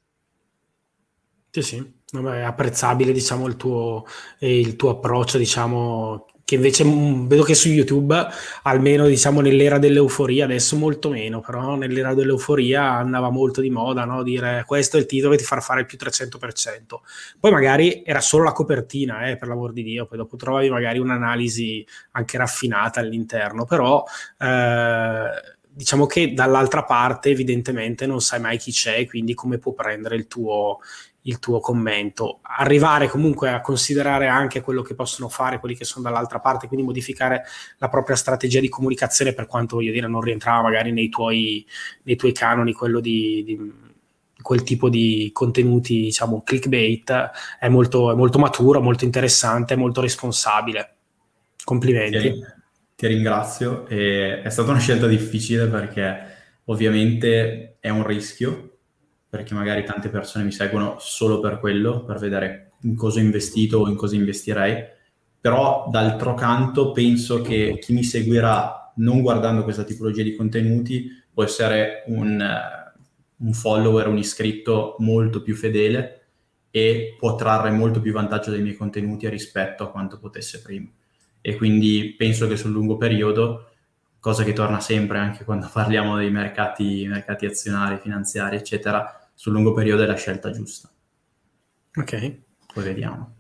S2: Sì, sì, vabbè, è apprezzabile, diciamo, il tuo, eh, il tuo approccio, diciamo, che invece mh, vedo che su YouTube, almeno diciamo nell'era dell'euforia, adesso molto meno, però nell'era dell'euforia andava molto di moda, no? Dire questo è il titolo che ti farà fare il più trecento per cento. Poi magari era solo la copertina, eh, per l'amor di Dio, poi dopo trovavi magari un'analisi anche raffinata all'interno, però eh, diciamo che dall'altra parte evidentemente non sai mai chi c'è, quindi come può prendere il tuo il tuo commento. Arrivare comunque a considerare anche quello che possono fare quelli che sono dall'altra parte, quindi modificare la propria strategia di comunicazione, per quanto, voglio dire, non rientrava magari nei tuoi, nei tuoi canoni quello di, di quel tipo di contenuti, diciamo clickbait, è molto, è molto maturo, molto interessante, molto responsabile. Complimenti.
S3: Ti, ti ringrazio. E è stata una scelta difficile perché ovviamente è un rischio, perché magari tante persone mi seguono solo per quello, per vedere in cosa ho investito o in cosa investirei, però d'altro canto penso che chi mi seguirà non guardando questa tipologia di contenuti può essere un, un follower, un iscritto molto più fedele e può trarre molto più vantaggio dai miei contenuti rispetto a quanto potesse prima. E quindi penso che sul lungo periodo, cosa che torna sempre anche quando parliamo dei mercati, mercati azionari, finanziari, eccetera, sul lungo periodo è la scelta giusta.
S2: Ok.
S3: Poi vediamo.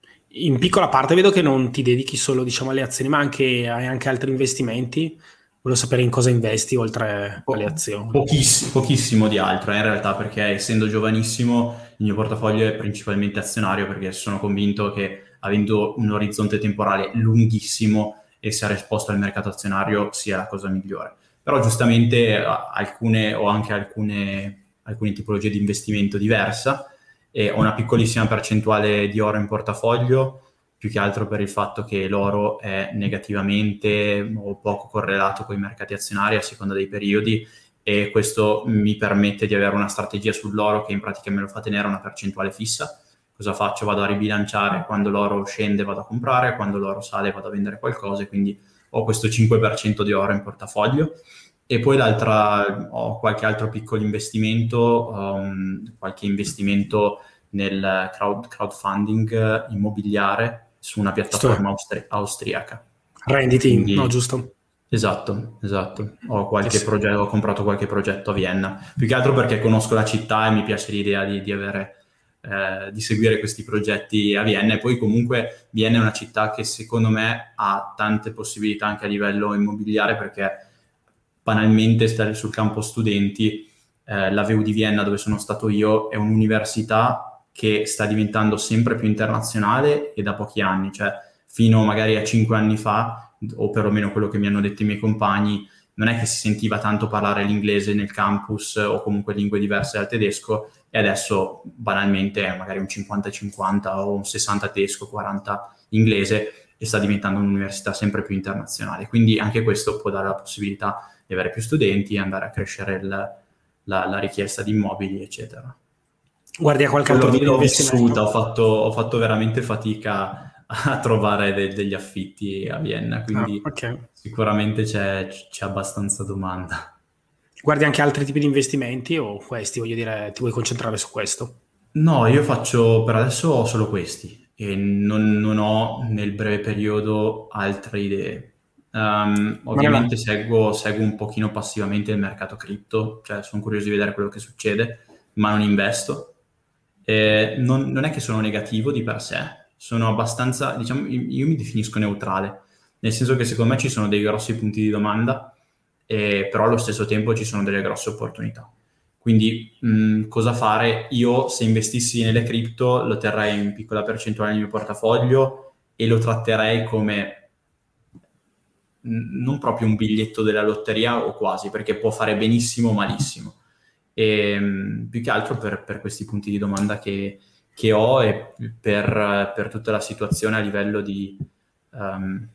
S2: In piccola parte vedo che non ti dedichi solo, diciamo, alle azioni, ma anche hai anche altri investimenti. Volevo sapere in cosa investi oltre
S3: Po-
S2: alle azioni.
S3: Pochiss- pochissimo di altro, eh, in realtà, perché essendo giovanissimo il mio portafoglio è principalmente azionario, perché sono convinto che avendo un orizzonte temporale lunghissimo, essere esposto al mercato azionario sia la cosa migliore. Però giustamente alcune ho anche alcune alcune tipologie di investimento diversa, e ho una piccolissima percentuale di oro in portafoglio, più che altro per il fatto che l'oro è negativamente o poco correlato con i mercati azionari a seconda dei periodi, e questo mi permette di avere una strategia sull'oro che in pratica me lo fa tenere una percentuale fissa. Cosa faccio? Vado a ribilanciare: quando l'oro scende vado a comprare, quando l'oro sale vado a vendere qualcosa, e quindi ho questo cinque per cento di oro in portafoglio. E poi l'altra, ho qualche altro piccolo investimento, um, qualche investimento nel crowd, crowdfunding immobiliare su una piattaforma austri- austriaca.
S2: Renditi,
S3: Quindi,
S2: no, giusto?
S3: Esatto, esatto. Ho, qualche
S2: Sì.
S3: progetto, ho comprato qualche progetto a Vienna, più che altro perché conosco la città e mi piace l'idea di, di avere, eh, di seguire questi progetti a Vienna. E poi comunque Vienna è una città che secondo me ha tante possibilità anche a livello immobiliare, perché banalmente stare sul campo studenti, eh, la V U di Vienna, dove sono stato io, è un'università che sta diventando sempre più internazionale e da pochi anni, cioè fino magari a cinque anni fa, o perlomeno quello che mi hanno detto i miei compagni, non è che si sentiva tanto parlare l'inglese nel campus o comunque lingue diverse dal tedesco, e adesso banalmente è magari un cinquanta cinquanta o un sessanta tedesco, quaranta inglese, e sta diventando un'università sempre più internazionale. Quindi anche questo può dare la possibilità di avere più studenti e andare a crescere il, la, la richiesta di immobili, eccetera.
S2: Guardi a qualche altro tipo di investimento?
S3: Vissuta, ho fatto, ho fatto veramente fatica a trovare de, degli affitti a Vienna, quindi
S2: ah, okay.
S3: Sicuramente c'è, c'è abbastanza domanda.
S2: Guardi anche altri tipi di investimenti o questi, voglio dire, ti vuoi concentrare su questo?
S3: No, io faccio, per adesso ho solo questi e non, non ho nel breve periodo altre idee. Um, ovviamente seguo, seguo un pochino passivamente il mercato cripto, cioè sono curioso di vedere quello che succede, ma non investo. Eh, non, non è che sono negativo di per sé, sono abbastanza, diciamo, io mi definisco neutrale, nel senso che secondo me ci sono dei grossi punti di domanda, eh, però allo stesso tempo ci sono delle grosse opportunità. Quindi mh, cosa fare? Io, se investissi nelle cripto, lo terrei in piccola percentuale nel mio portafoglio e lo tratterei come non proprio un biglietto della lotteria o quasi, perché può fare benissimo o malissimo. E più che altro per, per questi punti di domanda che, che ho e per, per tutta la situazione a livello di um,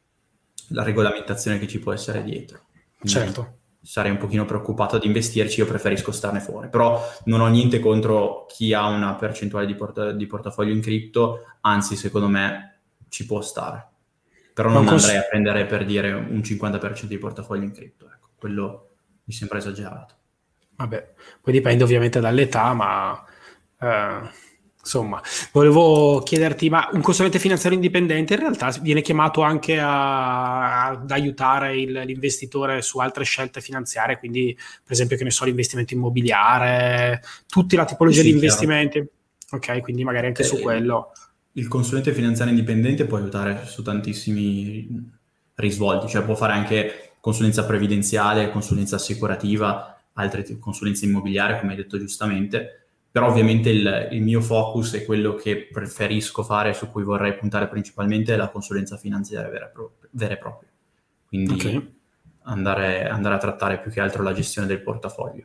S3: la regolamentazione che ci può essere dietro. Quindi
S2: certo.
S3: Sarei un pochino preoccupato ad investirci, io preferisco starne fuori, però non ho niente contro chi ha una percentuale di, porta, di portafoglio in cripto, anzi secondo me ci può stare, però non
S2: cons-
S3: andrei a prendere, per dire, un cinquanta per cento di portafoglio in cripto, ecco, quello mi sembra esagerato.
S2: Vabbè, poi dipende ovviamente dall'età, ma eh, insomma, volevo chiederti, ma un consulente finanziario indipendente in realtà viene chiamato anche a, ad aiutare il, l'investitore su altre scelte finanziarie, quindi per esempio, che ne so, l'investimento immobiliare, tutte la tipologia
S3: Sì,
S2: di
S3: chiaro.
S2: investimenti, ok, quindi magari anche
S3: Eh,
S2: su quello.
S3: Il consulente finanziario indipendente può aiutare su tantissimi risvolti, cioè può fare anche consulenza previdenziale, consulenza assicurativa, altre t- consulenze immobiliari, come hai detto giustamente, però ovviamente il, il mio focus è quello che preferisco fare, su cui vorrei puntare principalmente, è la consulenza finanziaria vera e, pro- vera e propria, quindi
S2: Ok.
S3: andare, andare a trattare più che altro la gestione del portafoglio.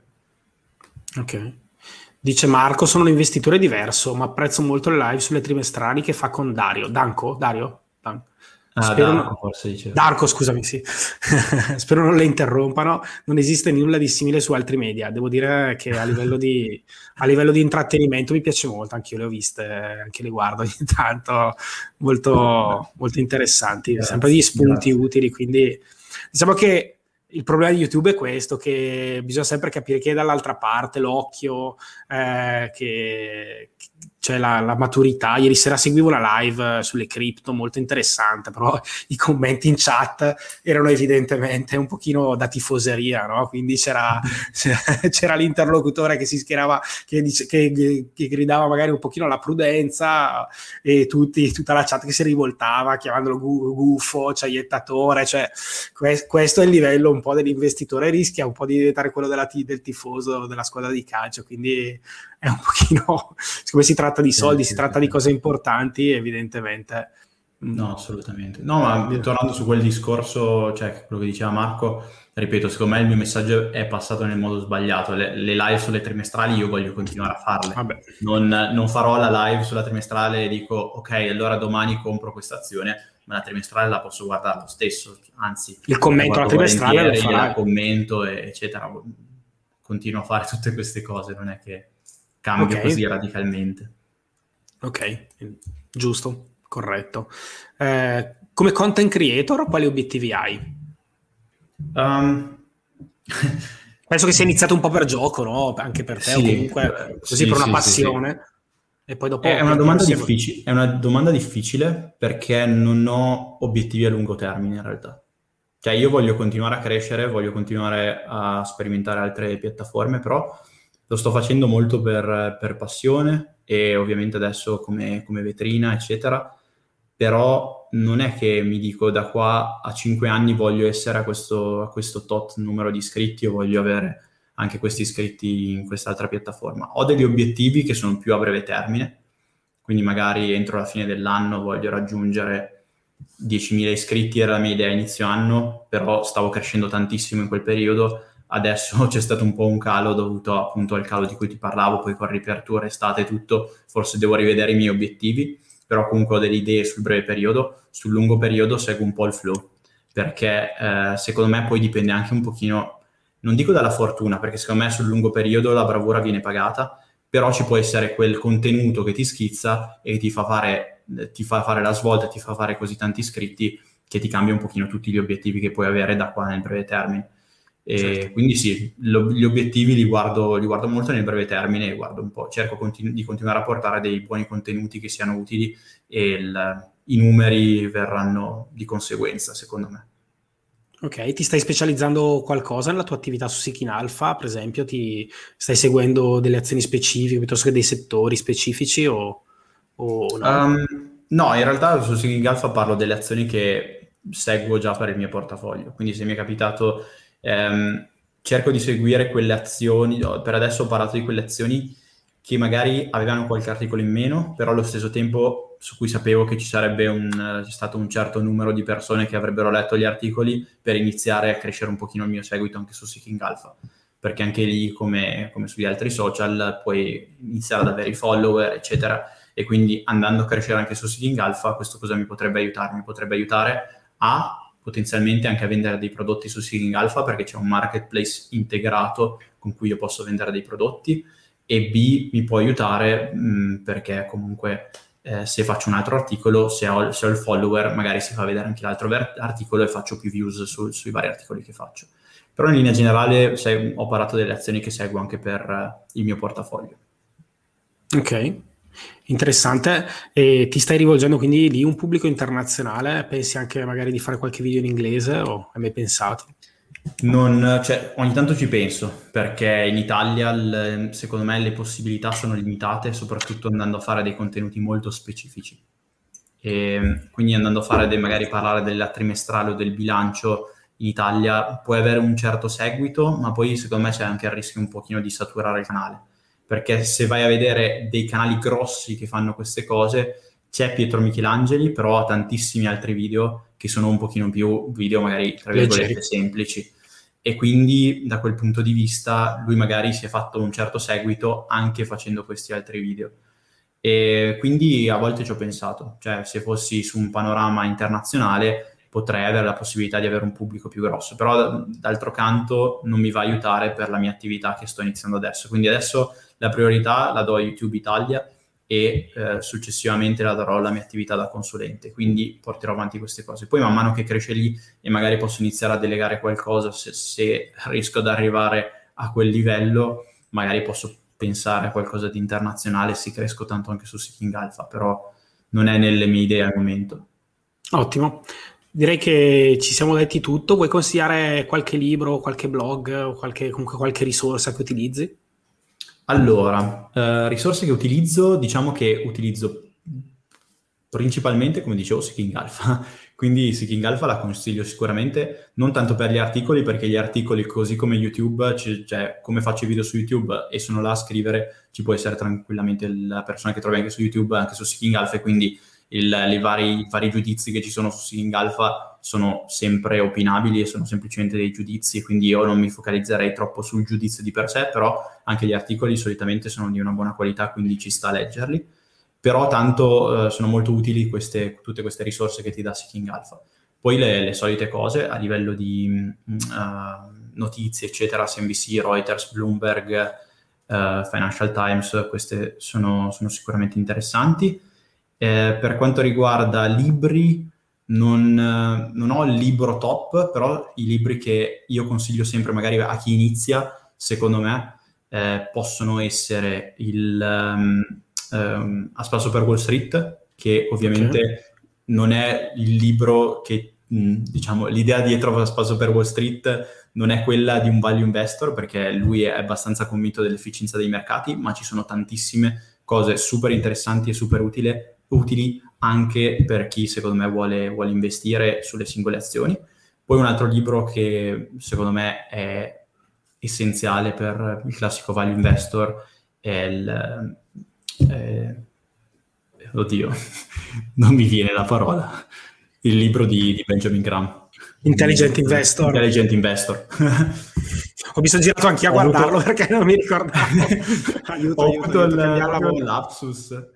S2: Ok. Dice Marco, sono un investitore diverso, ma apprezzo molto le live sulle trimestrali che fa con Dario. Danco? Dario? Dan-
S3: Ah,
S2: Spero
S3: Darko,
S2: no-
S3: forse diceva.
S2: Darko, scusami, sì. Spero non le interrompano. Non esiste nulla di simile su altri media. Devo dire che a livello di, a livello di intrattenimento mi piace molto. Anch'io le ho viste, anche le guardo ogni tanto, molto, molto interessanti.
S3: Grazie,
S2: Sempre degli spunti
S3: grazie.
S2: utili. Quindi diciamo che il problema di YouTube è questo, che bisogna sempre capire che è dall'altra parte l'occhio, eh, che c'è la, la maturità. Ieri sera seguivo una live sulle cripto molto interessante, però i commenti in chat erano evidentemente un pochino da tifoseria, no? Quindi c'era, c'era l'interlocutore che si schierava, che, dice, che, che gridava magari un pochino alla prudenza, e tutti, tutta la chat che si rivoltava chiamandolo gufo, caiettatore, cioè que- questo è il livello un po' dell'investitore, rischia un po' di diventare quello della t- del tifoso della squadra di calcio, quindi è un pochino, siccome si tratta di soldi,
S3: Sì,
S2: si
S3: sì,
S2: tratta
S3: sì.
S2: di cose importanti, evidentemente.
S3: No, assolutamente. No, ma tornando su quel discorso, cioè quello che diceva Marco, ripeto, secondo me il mio messaggio è passato nel modo sbagliato. Le, le live sulle trimestrali io voglio continuare a farle.
S2: Vabbè.
S3: Non, non farò la live sulla trimestrale e dico, ok, allora domani compro questa azione, ma la trimestrale la posso guardare lo stesso, anzi,
S2: il commento alla trimestrale lo farai,
S3: la commento, eccetera. Continuo a fare tutte queste cose, non è che cambio
S2: okay.
S3: così radicalmente.
S2: Ok, giusto, corretto. Eh, come content creator, quali obiettivi hai?
S3: Um...
S2: Penso che sia iniziato un po' per gioco, no? Anche per te,
S3: sì,
S2: o comunque così
S3: sì,
S2: per una
S3: sì,
S2: passione.
S3: Sì, sì.
S2: E poi dopo
S3: è una domanda
S2: se...
S3: difficile, è una domanda difficile perché non ho obiettivi a lungo termine in realtà. Cioè io voglio continuare a crescere, voglio continuare a sperimentare altre piattaforme, però lo sto facendo molto per, per passione e ovviamente adesso come, come vetrina, eccetera. Però non è che mi dico da qua a cinque anni voglio essere a questo, a questo tot numero di iscritti o voglio avere anche questi iscritti in quest'altra piattaforma. Ho degli obiettivi che sono più a breve termine, quindi magari entro la fine dell'anno voglio raggiungere diecimila iscritti, era la mia idea a inizio anno, però stavo crescendo tantissimo in quel periodo. Adesso c'è stato un po' un calo dovuto appunto al calo di cui ti parlavo, poi con riapertura, estate e tutto, forse devo rivedere i miei obiettivi, però comunque ho delle idee sul breve periodo. Sul lungo periodo seguo un po' il flow, perché eh, secondo me poi dipende anche un pochino, non dico dalla fortuna, perché secondo me sul lungo periodo la bravura viene pagata, però ci può essere quel contenuto che ti schizza e ti fa fare, ti fa fare la svolta, ti fa fare così tanti iscritti che ti cambia un pochino tutti gli obiettivi che puoi avere da qua nel breve termine. E certo. Quindi sì, lo, gli obiettivi li guardo, li guardo molto nel breve termine e guardo un po', cerco continu- di continuare a portare dei buoni contenuti che siano utili e il, i numeri verranno di conseguenza, secondo me.
S2: Ok, ti stai specializzando qualcosa nella tua attività su Seeking Alpha, per esempio? Ti stai seguendo delle azioni specifiche piuttosto che dei settori specifici o, o no?
S3: Um, no, in realtà su Seeking Alpha parlo delle azioni che seguo già per il mio portafoglio, quindi se mi è capitato ehm, cerco di seguire quelle azioni, per adesso ho parlato di quelle azioni che magari avevano qualche articolo in meno, però allo stesso tempo su cui sapevo che ci sarebbe un, c'è stato un certo numero di persone che avrebbero letto gli articoli per iniziare a crescere un pochino il mio seguito anche su Seeking Alpha, perché anche lì, come, come sugli altri social, puoi iniziare ad avere i follower, eccetera, e quindi andando a crescere anche su Seeking Alpha, questo cosa mi potrebbe aiutare? Mi potrebbe aiutare a potenzialmente anche a vendere dei prodotti su Seeking Alpha, perché c'è un marketplace integrato con cui io posso vendere dei prodotti, e B, mi può aiutare mh, perché comunque eh, se faccio un altro articolo, se ho, se ho il follower, magari si fa vedere anche l'altro ver- articolo e faccio più views su, sui vari articoli che faccio. Però in linea generale sai, ho parlato delle azioni che seguo anche per eh, il mio portafoglio.
S2: Ok, interessante. E ti stai rivolgendo quindi lì un pubblico internazionale? Pensi anche magari di fare qualche video in inglese o hai mai pensato?
S3: Non, cioè, ogni tanto ci penso, perché in Italia il- secondo me le possibilità sono limitate, soprattutto andando a fare dei contenuti molto specifici. E quindi andando a fare dei, magari parlare della trimestrale o del bilancio in Italia puoi avere un certo seguito, ma poi secondo me c'è anche il rischio un pochino di saturare il canale, perché se vai a vedere dei canali grossi che fanno queste cose, c'è Pietro Michelangeli, però ha tantissimi altri video che sono un pochino più video magari tra virgolette semplici, e quindi da quel punto di vista lui magari si è fatto un certo seguito anche facendo questi altri video, e quindi a volte ci ho pensato, cioè se fossi su un panorama internazionale potrei avere la possibilità di avere un pubblico più grosso, però d'altro canto non mi va a aiutare per la mia attività che sto iniziando adesso, quindi adesso la priorità la do a YouTube Italia e eh, successivamente la darò alla mia attività da consulente, quindi porterò avanti queste cose. Poi man mano che cresce lì e magari posso iniziare a delegare qualcosa, se, se riesco ad arrivare a quel livello, magari posso pensare a qualcosa di internazionale se cresco tanto anche su Seeking Alpha, però non è nelle mie idee al momento.
S2: Ottimo. Direi che ci siamo detti tutto. Vuoi consigliare qualche libro, qualche blog o qualche, comunque qualche risorsa che utilizzi?
S3: Allora, eh, risorse che utilizzo, diciamo che utilizzo principalmente, come dicevo, Seeking Alpha. Quindi Seeking Alpha la consiglio sicuramente, non tanto per gli articoli, perché gli articoli, così come YouTube, c- cioè come faccio i video su YouTube e sono là a scrivere, ci può essere tranquillamente la persona che trovi anche su YouTube, anche su Seeking Alpha, e quindi il, i, vari, i vari giudizi che ci sono su Seeking Alpha sono sempre opinabili e sono semplicemente dei giudizi, quindi io non mi focalizzerei troppo sul giudizio di per sé, però anche gli articoli solitamente sono di una buona qualità, quindi ci sta a leggerli. Però tanto eh, sono molto utili queste, tutte queste risorse che ti dà Seeking Alpha. Poi le, le solite cose a livello di uh, notizie, eccetera, C N B C, Reuters, Bloomberg, uh, Financial Times, queste sono, sono sicuramente interessanti. Eh, per quanto riguarda libri, non, non ho il libro top, però i libri che io consiglio sempre magari a chi inizia, secondo me, eh, possono essere il... Um, Um, A spasso per Wall Street, che ovviamente okay. non è il libro che, mh, diciamo, l'idea dietro A spasso per Wall Street non è quella di un value investor, perché lui è abbastanza convinto dell'efficienza dei mercati, ma ci sono tantissime cose super interessanti e super utile, utili anche per chi secondo me vuole, vuole investire sulle singole azioni. Poi un altro libro che secondo me è essenziale per il classico value investor è il... Eh, oddio, non mi viene la parola. Il libro di, di Benjamin Graham.
S2: Intelligent Investor.
S3: Intelligent Investor.
S2: Ho mi sono girato anche a ho guardarlo avuto... perché non mi ricordavo. aiuto,
S3: ho
S2: aiuto,
S3: avuto
S2: aiuto,
S3: il lapsus.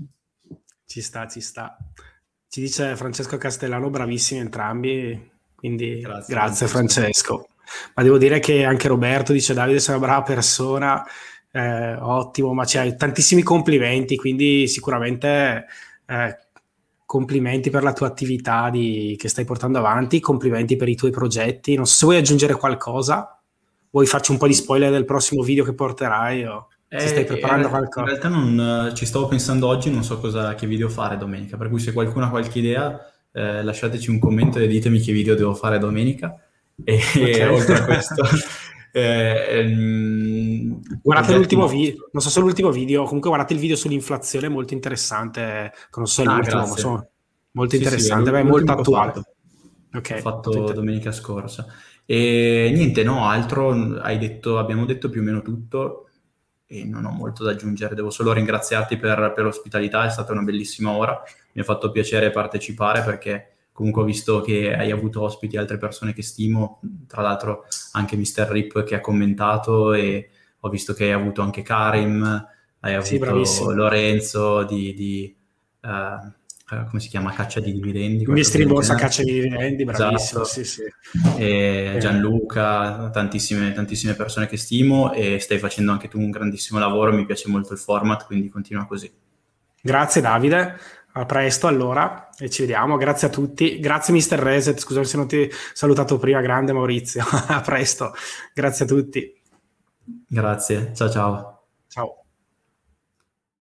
S2: Ci sta, ci sta. Ci dice Francesco Castellano, bravissimi entrambi, quindi grazie, grazie Francesco. Ma devo dire che anche Roberto dice Davide sei una brava persona. Eh, ottimo, ma c'hai tantissimi complimenti, quindi sicuramente eh, complimenti per la tua attività di, che stai portando avanti, complimenti per i tuoi progetti. Non so se vuoi aggiungere qualcosa, vuoi farci un po' di spoiler del prossimo video che porterai o
S3: eh,
S2: se stai preparando
S3: eh,
S2: qualcosa.
S3: In realtà non ci stavo pensando oggi, non so cosa, che video fare domenica, per cui se qualcuno ha qualche idea eh, lasciateci un commento e ditemi che video devo fare domenica e okay. oltre a questo Eh, ehm,
S2: guardate l'ultimo video, non so se l'ultimo video, comunque guardate il video sull'inflazione, molto interessante, non so se è
S3: ah,
S2: l'ultimo, ma insomma, molto
S3: sì,
S2: interessante,
S3: sì,
S2: beh, molto attuale.
S3: Ho fatto,
S2: okay,
S3: ho fatto domenica scorsa. E niente, no, altro, hai detto, abbiamo detto più o meno tutto. e non ho molto da aggiungere, devo solo ringraziarti per, per l'ospitalità, è stata una bellissima ora, mi ha fatto piacere partecipare perché comunque ho visto che hai avuto ospiti altre persone che stimo, tra l'altro anche mister Rip che ha commentato, e ho visto che hai avuto anche Karim, hai avuto
S2: Sì,
S3: Lorenzo di, di uh, come si chiama, caccia di dividendi,
S2: Investire in borsa, caccia di dividendi, bravissimo,
S3: esatto.
S2: sì, sì.
S3: E Gianluca, tantissime, tantissime persone che stimo, e stai facendo anche tu un grandissimo lavoro, mi piace molto il format, quindi continua così.
S2: Grazie Davide, a presto allora e ci vediamo, grazie a tutti, grazie mister Reset, scusami se non ti ho salutato prima, grande Maurizio, a presto, grazie a tutti.
S3: Grazie, ciao ciao.
S2: Ciao.